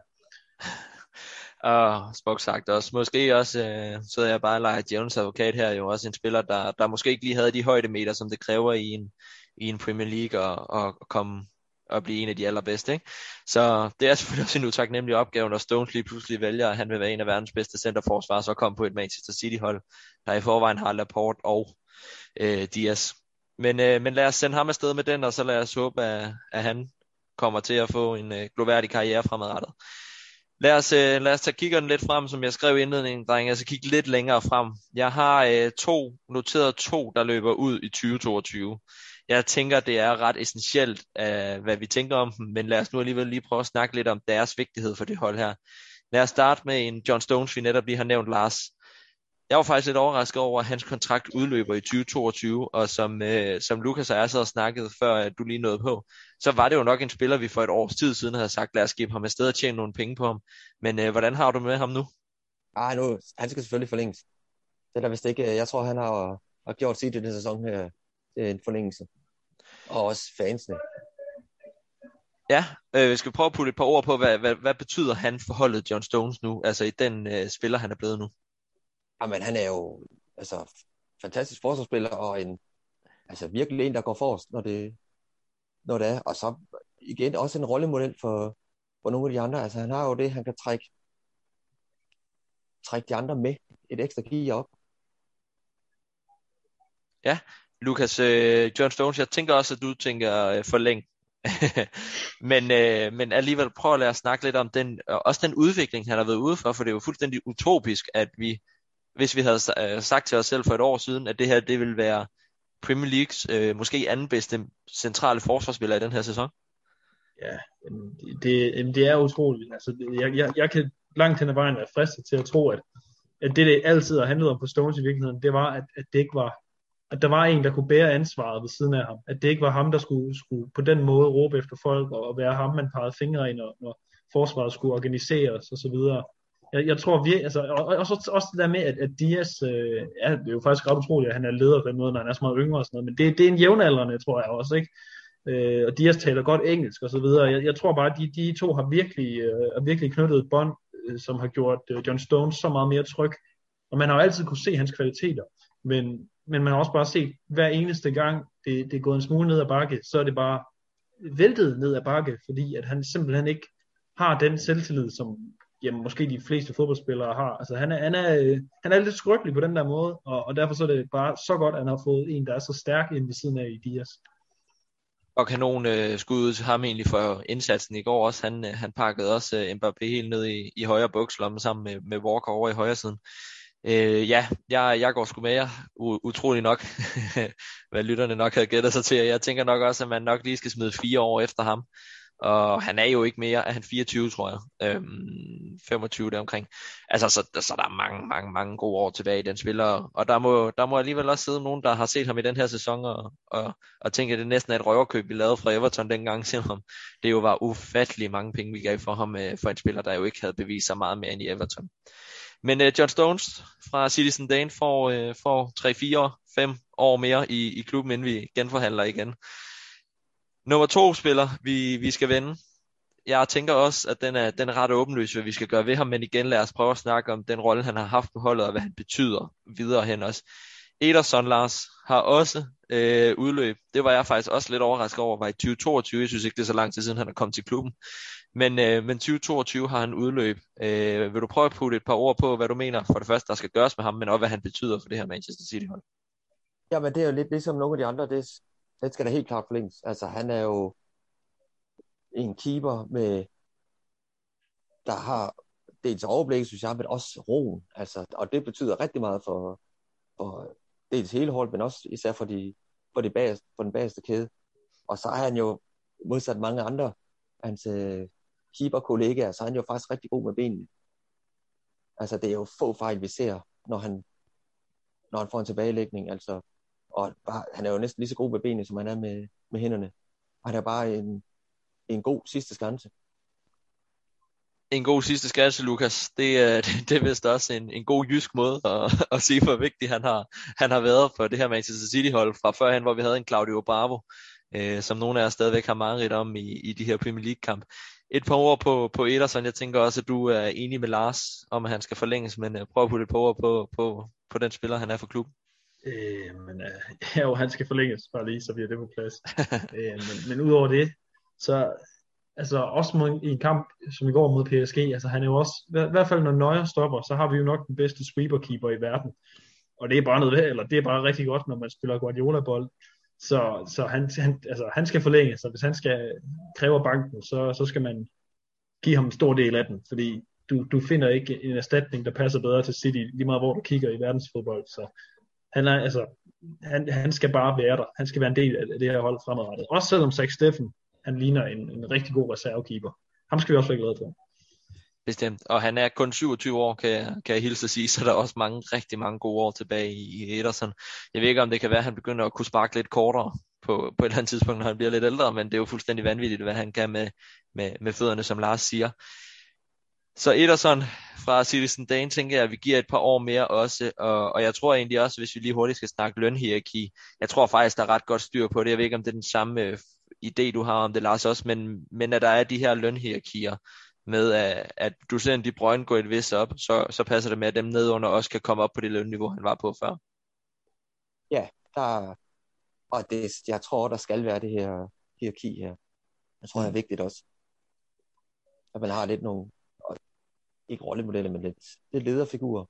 Speaker 2: Og Spok sagt også, måske også, øh, så jeg bare leger Jones advokat her, jo også en spiller, der, der måske ikke lige havde de højdemeter, som det kræver i en, i en Premier League, og, og komme og blive en af de allerbedste, ikke? Så det er selvfølgelig også en utaknemmelig opgave, når Stones lige pludselig vælger, at han vil være en af verdens bedste centerforsvarer, så komme på et Manchester City-hold, der i forvejen har Laporte og øh, Diaz. Men, øh, men lad os sende ham afsted med den, og så lad os håbe, at, at han kommer til at få en øh, gloværdig karriere fremadrettet. Lad os, øh, lad os tage kiggeren lidt frem, som jeg skrev i indledningen, drenge. Altså kigge lidt længere frem. Jeg har øh, to, noteret to, der løber ud i tyve toogtyve. Jeg tænker, det er ret essentielt, øh, hvad vi tænker om dem, men lad os nu alligevel lige prøve at snakke lidt om deres vigtighed for det hold her. Lad os starte med en John Stones, vi netop lige har nævnt, Lars. Jeg var faktisk lidt overrasket over, at hans kontrakt udløber i tyve toogtyve, og som, øh, som Lukas og jeg så havde snakket før, at du lige nåede på, så var det jo nok en spiller, vi for et års tid siden havde sagt, lad os give ham afsted og tjene nogle penge på ham. Men øh, hvordan har du med ham nu?
Speaker 4: Ah, nu, han skal selvfølgelig forlænges. Det er der vist ikke. Jeg tror, han har, har gjort sit i den sæson her. Det er en forlængelse. Og også fansene.
Speaker 2: Ja, øh, vi skal prøve at putte et par ord på, hvad, hvad, hvad betyder han for holdet John Stones nu, altså i den øh, spiller, han er blevet nu?
Speaker 4: Jamen, han er jo altså fantastisk forsvarsspiller, og en, altså virkelig en, der går forrest, når det, når det er. Og så igen også en rollemodel for, for nogle af de andre. Altså, han har jo det, han kan trække, trække de andre med et ekstra gear op.
Speaker 2: Ja, Lukas, øh, John Stones, jeg tænker også, at du tænker øh, forlæng. men, øh, men alligevel prøv at lade os snakke lidt om den, også den udvikling, han har været ude for, for det er jo fuldstændig utopisk, at vi, hvis vi havde øh, sagt til os selv for et år siden, at det her, det ville være Premier Leagues øh, måske anden bedste centrale forsvarsspiller i den her sæson.
Speaker 3: Ja, det, det er utroligt. Altså, jeg, jeg, jeg kan langt hen ad vejen være fristet til at tro, at, at det, det altid har handlet om på Stones i virkeligheden, det var, at, at det ikke var, at der var en, der kunne bære ansvaret ved siden af ham. At det ikke var ham, der skulle, skulle på den måde råbe efter folk, og, og være ham, man pegede fingre i, når, når forsvaret skulle organiseres, og så videre. Jeg, jeg tror virkelig, altså, og, og også, også det der med, at, at Diaz, øh, ja, det er jo faktisk ret utroligt, at han er leder på den måde, når han er så meget yngre og sådan noget, men det, det er en jævnaldrende, tror jeg også, ikke? Øh, og Diaz taler godt engelsk og så videre. Jeg, jeg tror bare, at de, de to har virkelig, øh, virkelig knyttet et bånd, øh, som har gjort øh, John Stones så meget mere tryg. Og man har jo altid kunne se hans kvaliteter, men, men man har også bare set, hver eneste gang, det, det er gået en smule ned ad bakke, så er det bare væltet ned ad bakke, fordi at han simpelthen ikke har den selvtillid, som jamen, måske de fleste fodboldspillere har. Altså han er, han er, han er lidt skrøbelig på den der måde, og, og derfor så er det bare så godt, at han har fået en, der er så stærk ind ved siden af i Diaz.
Speaker 2: Og kanon øh, skud til ham egentlig for indsatsen i går også. Han, øh, han pakkede også øh, Mbappé helt ned i, i højre bukslomme sammen med, med Walker over i højre siden. Øh, ja, jeg, jeg går sgu med jer, U- utrolig nok, hvad lytterne nok havde gættet sig til. Jeg tænker nok også, at man nok lige skal smide fire år efter ham. Og han er jo ikke mere, er han fireogtyve, tror jeg, øhm, femogtyve deromkring. Altså, så, så der er mange, mange, mange gode år tilbage i den spiller, og der må, der må alligevel også sidde nogen, der har set ham i den her sæson, og, og, og tænker, at det næsten er et røverkøb, vi lavede fra Everton dengang, selvom det jo var ufattelig mange penge, vi gav for ham, for en spiller, der jo ikke havde bevist sig meget mere end i Everton. Men uh, John Stones fra Citizen Dane får, uh, får tre fire fem år mere i, i klubben, inden vi genforhandler igen. Nummer to spiller, vi, vi skal vende. Jeg tænker også, at den er, den er ret åbenløs, hvad vi skal gøre ved ham, men igen lad os prøve at snakke om den rolle, han har haft på holdet, og hvad han betyder videre hen også. Ederson, Lars, har også øh, udløb. Det var jeg faktisk også lidt overrasket over, var i tyve toogtyve. Jeg synes ikke, det er så lang tid siden, han er kommet til klubben. Men, øh, men tyve toogtyve har han udløb. Øh, vil du prøve at putte et par ord på, hvad du mener for det første, der skal gøres med ham, men også hvad han betyder for det her Manchester City-hold?
Speaker 4: Jamen, det er jo lidt ligesom nogle af de andre, det, det skal da helt klart forlænges. Altså, han er jo en keeper med, der har dels overblik, synes jeg, men også roen. Altså, og det betyder rigtig meget for, for dels hele holdet, men også især for, de, for, de bagerste, for den bagerste kæde. Og så er han jo modsat mange andre hans øh, keeper-kollegaer, så er han jo faktisk rigtig god med benene. Altså, det er jo få fejl, vi ser, når han når han får en tilbagelægning. Altså, og bare, han er jo næsten lige så god med benene, som han er med, med hænderne. Og han er bare en, en god sidste skanse.
Speaker 2: En god sidste skanse, Lukas. Det er, det er vist også en, en god jysk måde at, at sige, hvor vigtig han har, han har været for det her Manchester City-hold fra førhen, hvor vi havde en Claudio Bravo, øh, som nogle af os stadigvæk har mareridt om i, i de her Premier League-kamp. Et par ord på, på Ederson. Jeg tænker også, at du er enig med Lars om, at han skal forlænges, men uh, prøv at putte et par ord på, på, på den spiller, han er for klubben.
Speaker 3: Øh, men øh, ja, jo, han skal forlænges, bare lige, så bliver det på plads. øh, men, men udover det, så altså også mod, i en kamp, som i går mod P S G, altså han er jo også, i hvert fald når Neuer stopper, så har vi jo nok den bedste sweeper-keeper i verden. Og det er bare noget, eller det er bare rigtig godt, når man spiller Guardiola-bold. Så, så han, han, altså, han skal forlænge, så hvis han skal kræve banken, så, så skal man give ham en stor del af den, fordi du, du finder ikke en erstatning, der passer bedre til City, lige meget hvor du kigger i verdensfodbold. Så han, er, altså, han, han skal bare være der. Han skal være en del af det her hold fremadrettet. Også selvom Zach Steffen, han ligner en, en rigtig god reservekeeper. Ham skal vi også være glade for.
Speaker 2: Bestemt, og han er kun syvogtyve år, kan jeg, kan jeg hilse at sige, så der er også mange, rigtig mange gode år tilbage i, i Ederson. Jeg ved ikke, om det kan være, at han begynder at kunne sparke lidt kortere på, på et eller andet tidspunkt, når han bliver lidt ældre, men det er jo fuldstændig vanvittigt, hvad han kan med, med, med fødderne, som Lars siger. Så Ederson fra Citizen Dane, tænker jeg, at vi giver et par år mere også, og, og jeg tror egentlig også, hvis vi lige hurtigt skal snakke lønhierarki, jeg tror faktisk, der er ret godt styr på det. Jeg ved ikke, om det er den samme øh, idé, du har om det, Lars, også, men, men at der er de her lønhierarkier, med at, at du ser en De Bruyne gå et vist op, så, så passer det med, at dem nedunder også kan komme op på det lønniveau, han var på før.
Speaker 4: Ja, der, og det, jeg tror, der skal være det her hierarki her. Jeg tror, det er vigtigt også. At man har lidt nogle, ikke rollemodeller, men lidt, lidt lederfigurer.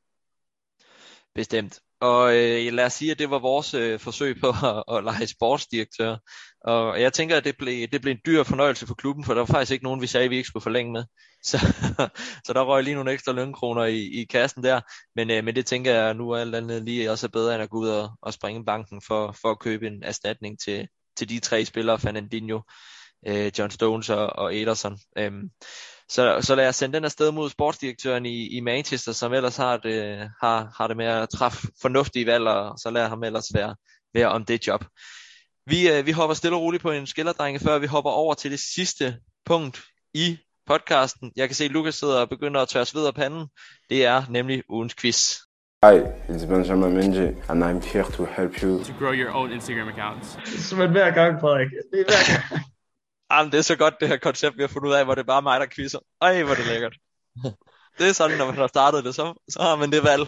Speaker 2: Bestemt. Og øh, lad os sige, at det var vores øh, forsøg på at, at lege sportsdirektør. Og jeg tænker, at det blev, det blev en dyr fornøjelse for klubben, for der var faktisk ikke nogen, vi sagde, at vi ikke skulle forlænge med. Så, så der røg lige nogle ekstra lønkroner i, i kassen der. Men, øh, men det tænker jeg nu alt andet lige også er bedre, end at gå ud og, og springe banken for, for at købe en erstatning til, til de tre spillere, Fernandinho, øh, John Stones og, og Ederson. Øhm, Så, så lad os sende den afsted mod sportsdirektøren i, i Manchester, som ellers har det, har, har det med at træffe fornuftige valg, og så lader ham ellers være, være om det job. Vi, øh, vi hopper stille og roligt på en skillerdrenge, før vi hopper over til det sidste punkt i podcasten. Jeg kan se, at Lukas sidder og begynder at tørre sved af panden. Det er nemlig ugens quiz.
Speaker 7: Hi, it's Benjamin Menji, and I'm here to help you
Speaker 6: To grow your own Instagram accounts.
Speaker 3: Som en hver gang, Frederik. Det er hver gang.
Speaker 2: Jamen, det er så godt, det her koncept, vi har fundet ud af, hvor det er bare mig, der quizzer. Ej, hvor er det lækkert. Det er sådan, når man har startet det, så, så har man det valg.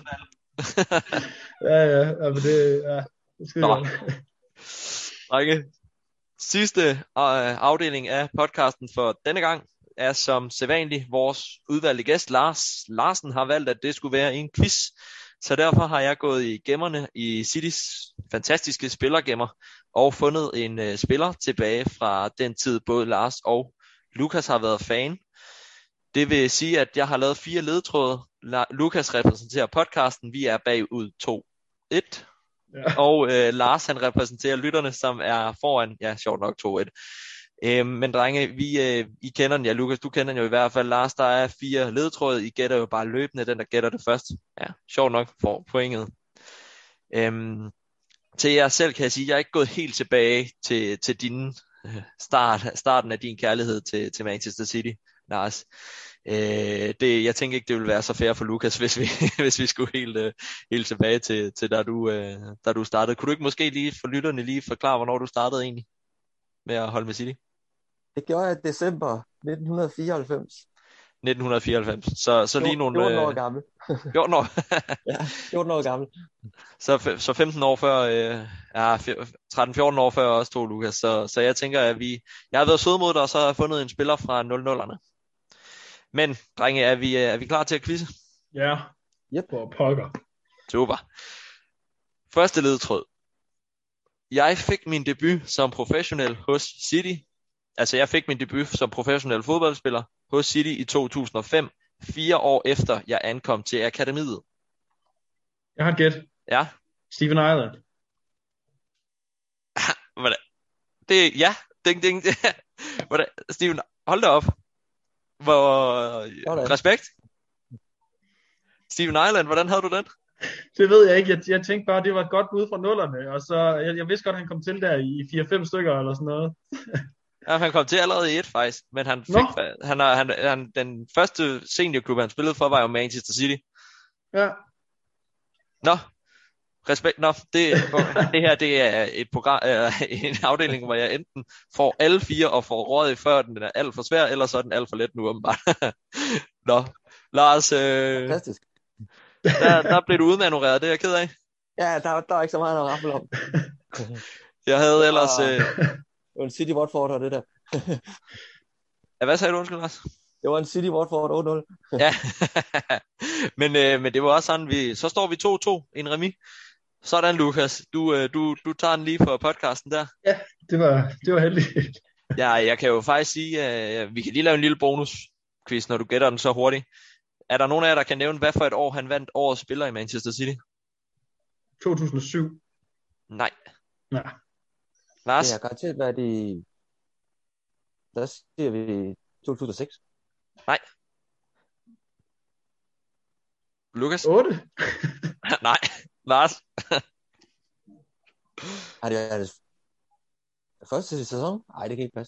Speaker 3: ja, ja, ja, men det, ja, det skal
Speaker 2: Nå.
Speaker 3: vi
Speaker 2: Drenge, sidste øh, afdeling af podcasten for denne gang er som sædvanligt vores udvalgte gæst, Lars Larsen, har valgt, at det skulle være en quiz. Så derfor har jeg gået i gemmerne i Citys fantastiske spillergemmer og fundet en øh, spiller tilbage fra den tid, både Lars og Lukas har været fan. Det vil sige, at jeg har lavet fire ledtråde. La- Lukas repræsenterer podcasten, vi er bagud to et. Ja. Og øh, Lars han repræsenterer lytterne, som er foran, ja sjovt nok to et. Øh, men drenge, vi, øh, I kender den, ja Lukas, du kender den jo i hvert fald. Lars, der er fire ledtråde, I gætter jo bare løbende, den der gætter det først. Ja, sjovt nok får pointet. Øhm, til jer selv kan jeg sige, at jeg er ikke gået helt tilbage til, til din øh, start, starten af din kærlighed til, til Manchester City, Lars. Øh, det, jeg tænker ikke, det ville være så fair for Lukas, hvis vi, hvis vi skulle helt, øh, helt tilbage til, til da, du, øh, da du startede. Kunne du ikke måske lige for lytterne lige forklare, hvornår du startede egentlig med at holde med City?
Speaker 4: Det gjorde jeg i december nitten fireoghalvfems.
Speaker 2: nitten fireoghalvfems. Så, så lige nogle...
Speaker 4: fjorten år
Speaker 2: øh,
Speaker 4: gammel.
Speaker 2: fjorten år.
Speaker 4: Ja, fjorten år gammel.
Speaker 2: Så, så femten år før, øh, ja, tretten fjorten år før også tog Lukas. Så, så jeg tænker, at vi... Jeg har været sød mod dig, og så har jeg fundet en spiller fra nul nullerne. Men, drenge, er vi, er vi klar til at quizze?
Speaker 3: Ja,
Speaker 4: Yep.
Speaker 3: på pokker.
Speaker 2: Super. Første ledtråd. Jeg fik min debut som professionel hos City. Altså, jeg fik min debut som professionel fodboldspiller hos City i to tusind og fem, fire år efter jeg ankom til akademiet.
Speaker 3: Jeg har et gæt.
Speaker 2: Ja.
Speaker 3: Steven Ireland.
Speaker 2: Hvordan? Det, ja, ding, ding. Hvordan? Steven, hold da op. Hvor
Speaker 4: Sådan.
Speaker 2: respekt. Steven Ireland, hvordan havde du den?
Speaker 3: Det ved jeg ikke. Jeg, jeg tænkte bare, at det var et godt bud fra nullerne, og så, jeg, jeg vidste godt, at han kom til der i fire fem stykker eller sådan noget.
Speaker 2: Ja, han kom til allerede i et faktisk, men han fik, han, han, han, den første seniorklub, han spillede for, var jo Manchester City.
Speaker 3: Ja.
Speaker 2: Nå, respekt, nå, det, det her, det er et program, øh, en afdeling, hvor jeg enten får alle fire og får råd før den er alt for svær, eller så er den alt for let nu, åbenbart. Nå, Lars, øh,
Speaker 4: Fantastisk.
Speaker 2: der, der blev du udmanøvreret, det er jeg ked af.
Speaker 4: Ja, der, der var ikke så meget at raffle om.
Speaker 2: Jeg havde ellers... Øh...
Speaker 4: Det var en City Watford og det der.
Speaker 2: Ja, hvad sagde du, undskyld, Lars?
Speaker 4: Det var en City Watford otte nul.
Speaker 2: Ja, men, øh, men det var også sådan, vi, så står vi to to i en remis. Sådan, Lukas, du, øh, du, du tager den lige for podcasten der.
Speaker 3: Ja, det var, det var heldigt.
Speaker 2: Ja, jeg kan jo faktisk sige, at øh, vi kan lige lave en lille bonusquiz, når du gætter den så hurtigt. Er der nogen af jer, der kan nævne, hvad for et år han vandt årets spiller i Manchester City?
Speaker 3: to tusind og syv.
Speaker 2: Nej.
Speaker 3: Nej.
Speaker 2: Lars?
Speaker 4: Det har garanteret været i... Der siger vi to tusind og seks.
Speaker 2: Nej. Lukas?
Speaker 3: otte.
Speaker 2: Nej. Lars?
Speaker 4: Har det været det første sæson? Nej, det kan ikke passe.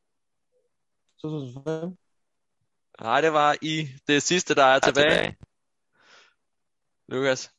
Speaker 4: to tusind og fem.
Speaker 2: Nej, det var i det sidste, der er, er tilbage. tilbage. Lukas?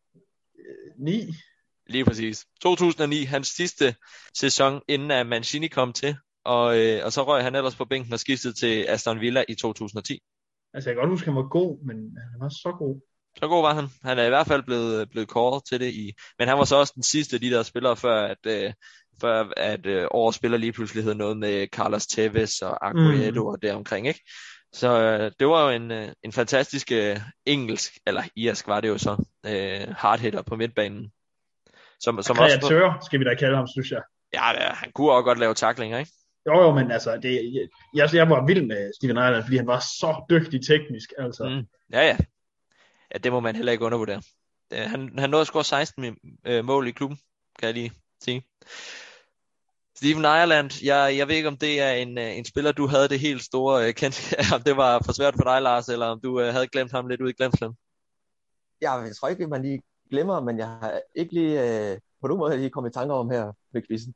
Speaker 3: ni.
Speaker 2: Lige præcis. to tusind og ni, hans sidste sæson, inden at Mancini kom til, og, øh, og så røg han ellers på bænken og skiftede til Aston Villa i to tusind og ti.
Speaker 3: Altså, jeg kan godt huske, at han var god, men han var så god.
Speaker 2: Så god var han. Han er i hvert fald blevet, blevet kåret til det, i, men han var så også den sidste af de der spillere, før at, øh, før at øh, årets spiller lige pludselig hed noget med Carlos Tevez og Aguero mm. og deromkring, ikke? Så øh, det var jo en, øh, en fantastisk øh, engelsk, eller irsk var det jo så, øh, hardhitter på midtbanen. Som, som
Speaker 3: kreatør,
Speaker 2: også,
Speaker 3: skal vi da kalde ham, synes jeg.
Speaker 2: Ja, ja, han kunne også godt lave tacklinger, ikke?
Speaker 3: Jo, jo, men altså, det, jeg, jeg var vild med Steven Ireland, fordi han var så dygtig teknisk, altså.
Speaker 2: Mm. Ja, ja. Ja, det må man heller ikke undervurdere. Han, han nåede at score seksten øh, mål i klubben, kan jeg lige sige. Steven Ireland, jeg, jeg ved ikke, om det er en, en spiller, du havde det helt store øh, kendskab, om det var for svært for dig, Lars, eller om du øh, havde glemt ham lidt ud i glemslen.
Speaker 4: Ja, jeg tror ikke, man lige glemmer, men jeg har ikke lige øh, på nogen måde lige kommet i tanker om her med quizzen.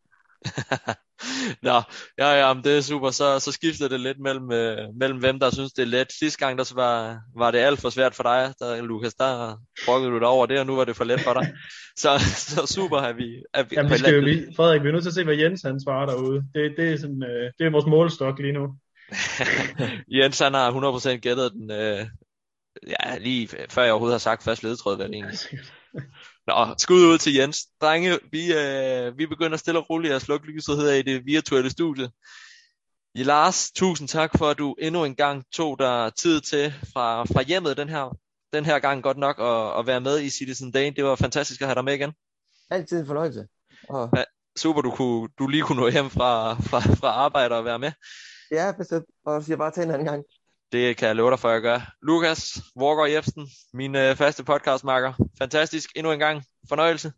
Speaker 2: Nå, ja, ja, men det er super. Så, så skifter det lidt mellem, øh, mellem hvem, der synes, det er let. Sidste gang, der var, var det alt for svært for dig, der, Lukas, der brokkede du dig over det, og nu var det for let for dig. Så, så super har vi... Er vi
Speaker 3: Jamen, vi skal jo lige, Frederik, vi er nødt til at se, hvad Jens han svarer derude. Det, det, er, sådan, øh, det er vores målestok lige nu.
Speaker 2: Jens, han har hundrede procent gættet den, øh, ja, lige før jeg overhovedet har sagt først ledetråd, hvad det egentlig. Nå, skud ud til Jens. Drenge, vi, øh, vi begynder stille og roligt at slukke lyset her i det virtuelle studie. I Lars, tusind tak for, at du endnu en gang tog dig tid til fra, fra hjemmet den her, den her gang godt nok at, at være med i Citizen Dane. Det var fantastisk at have dig med igen.
Speaker 4: Altid en fornøjelse.
Speaker 2: Og... Ja, super, du, kunne, du lige kunne nå hjem fra, fra, fra arbejde og være med.
Speaker 4: Ja, bestemt. Og så siger bare til en anden gang.
Speaker 2: Det kan jeg love dig for, at jeg gør. Lukas Vorgård Jebsen, min øh, faste podcastmarker. Fantastisk. Endnu en gang. Fornøjelse.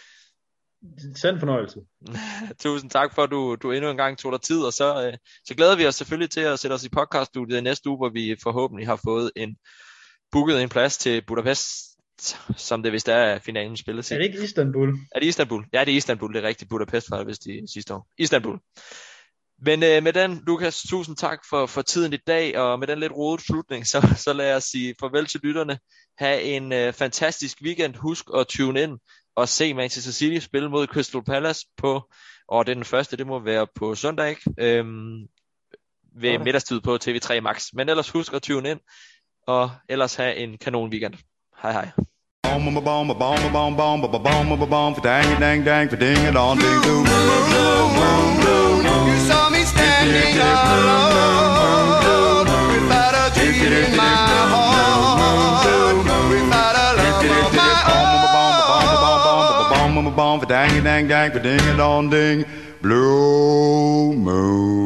Speaker 3: Sand fornøjelse.
Speaker 2: Tusind tak for, at du, du endnu en gang tog dig tid. Og så, øh, så glæder vi os selvfølgelig til at sætte os i podcaststudiet i næste uge, hvor vi forhåbentlig har fået en booket en plads til Budapest, som det vist er finalen spillet til.
Speaker 3: Er det ikke Istanbul?
Speaker 2: Er det Istanbul? Ja, det er Istanbul. Det er rigtigt. Budapest var det vist i sidste år. Istanbul. Men øh, med den, Lukas, tusind tak for, for tiden i dag, og med den lidt rodede slutning, så, så lad os sige farvel til lytterne. Ha' en øh, fantastisk weekend. Husk at tune ind og se Manchester City spille mod Crystal Palace på, og det er den første, det må være på søndag, ikke? Øhm, ved okay. middagstid på T V tre Max. Men ellers husk at tune ind, og ellers have en kanon weekend. Hej hej. Boom boom boom boom boom boom boom boom boom for dang dang dang for ding it on ding doo. You saw me standing alone without a dream in my heart, without a love of my own. Boom boom boom for dang dang dang for ding it on ding. Blue moon.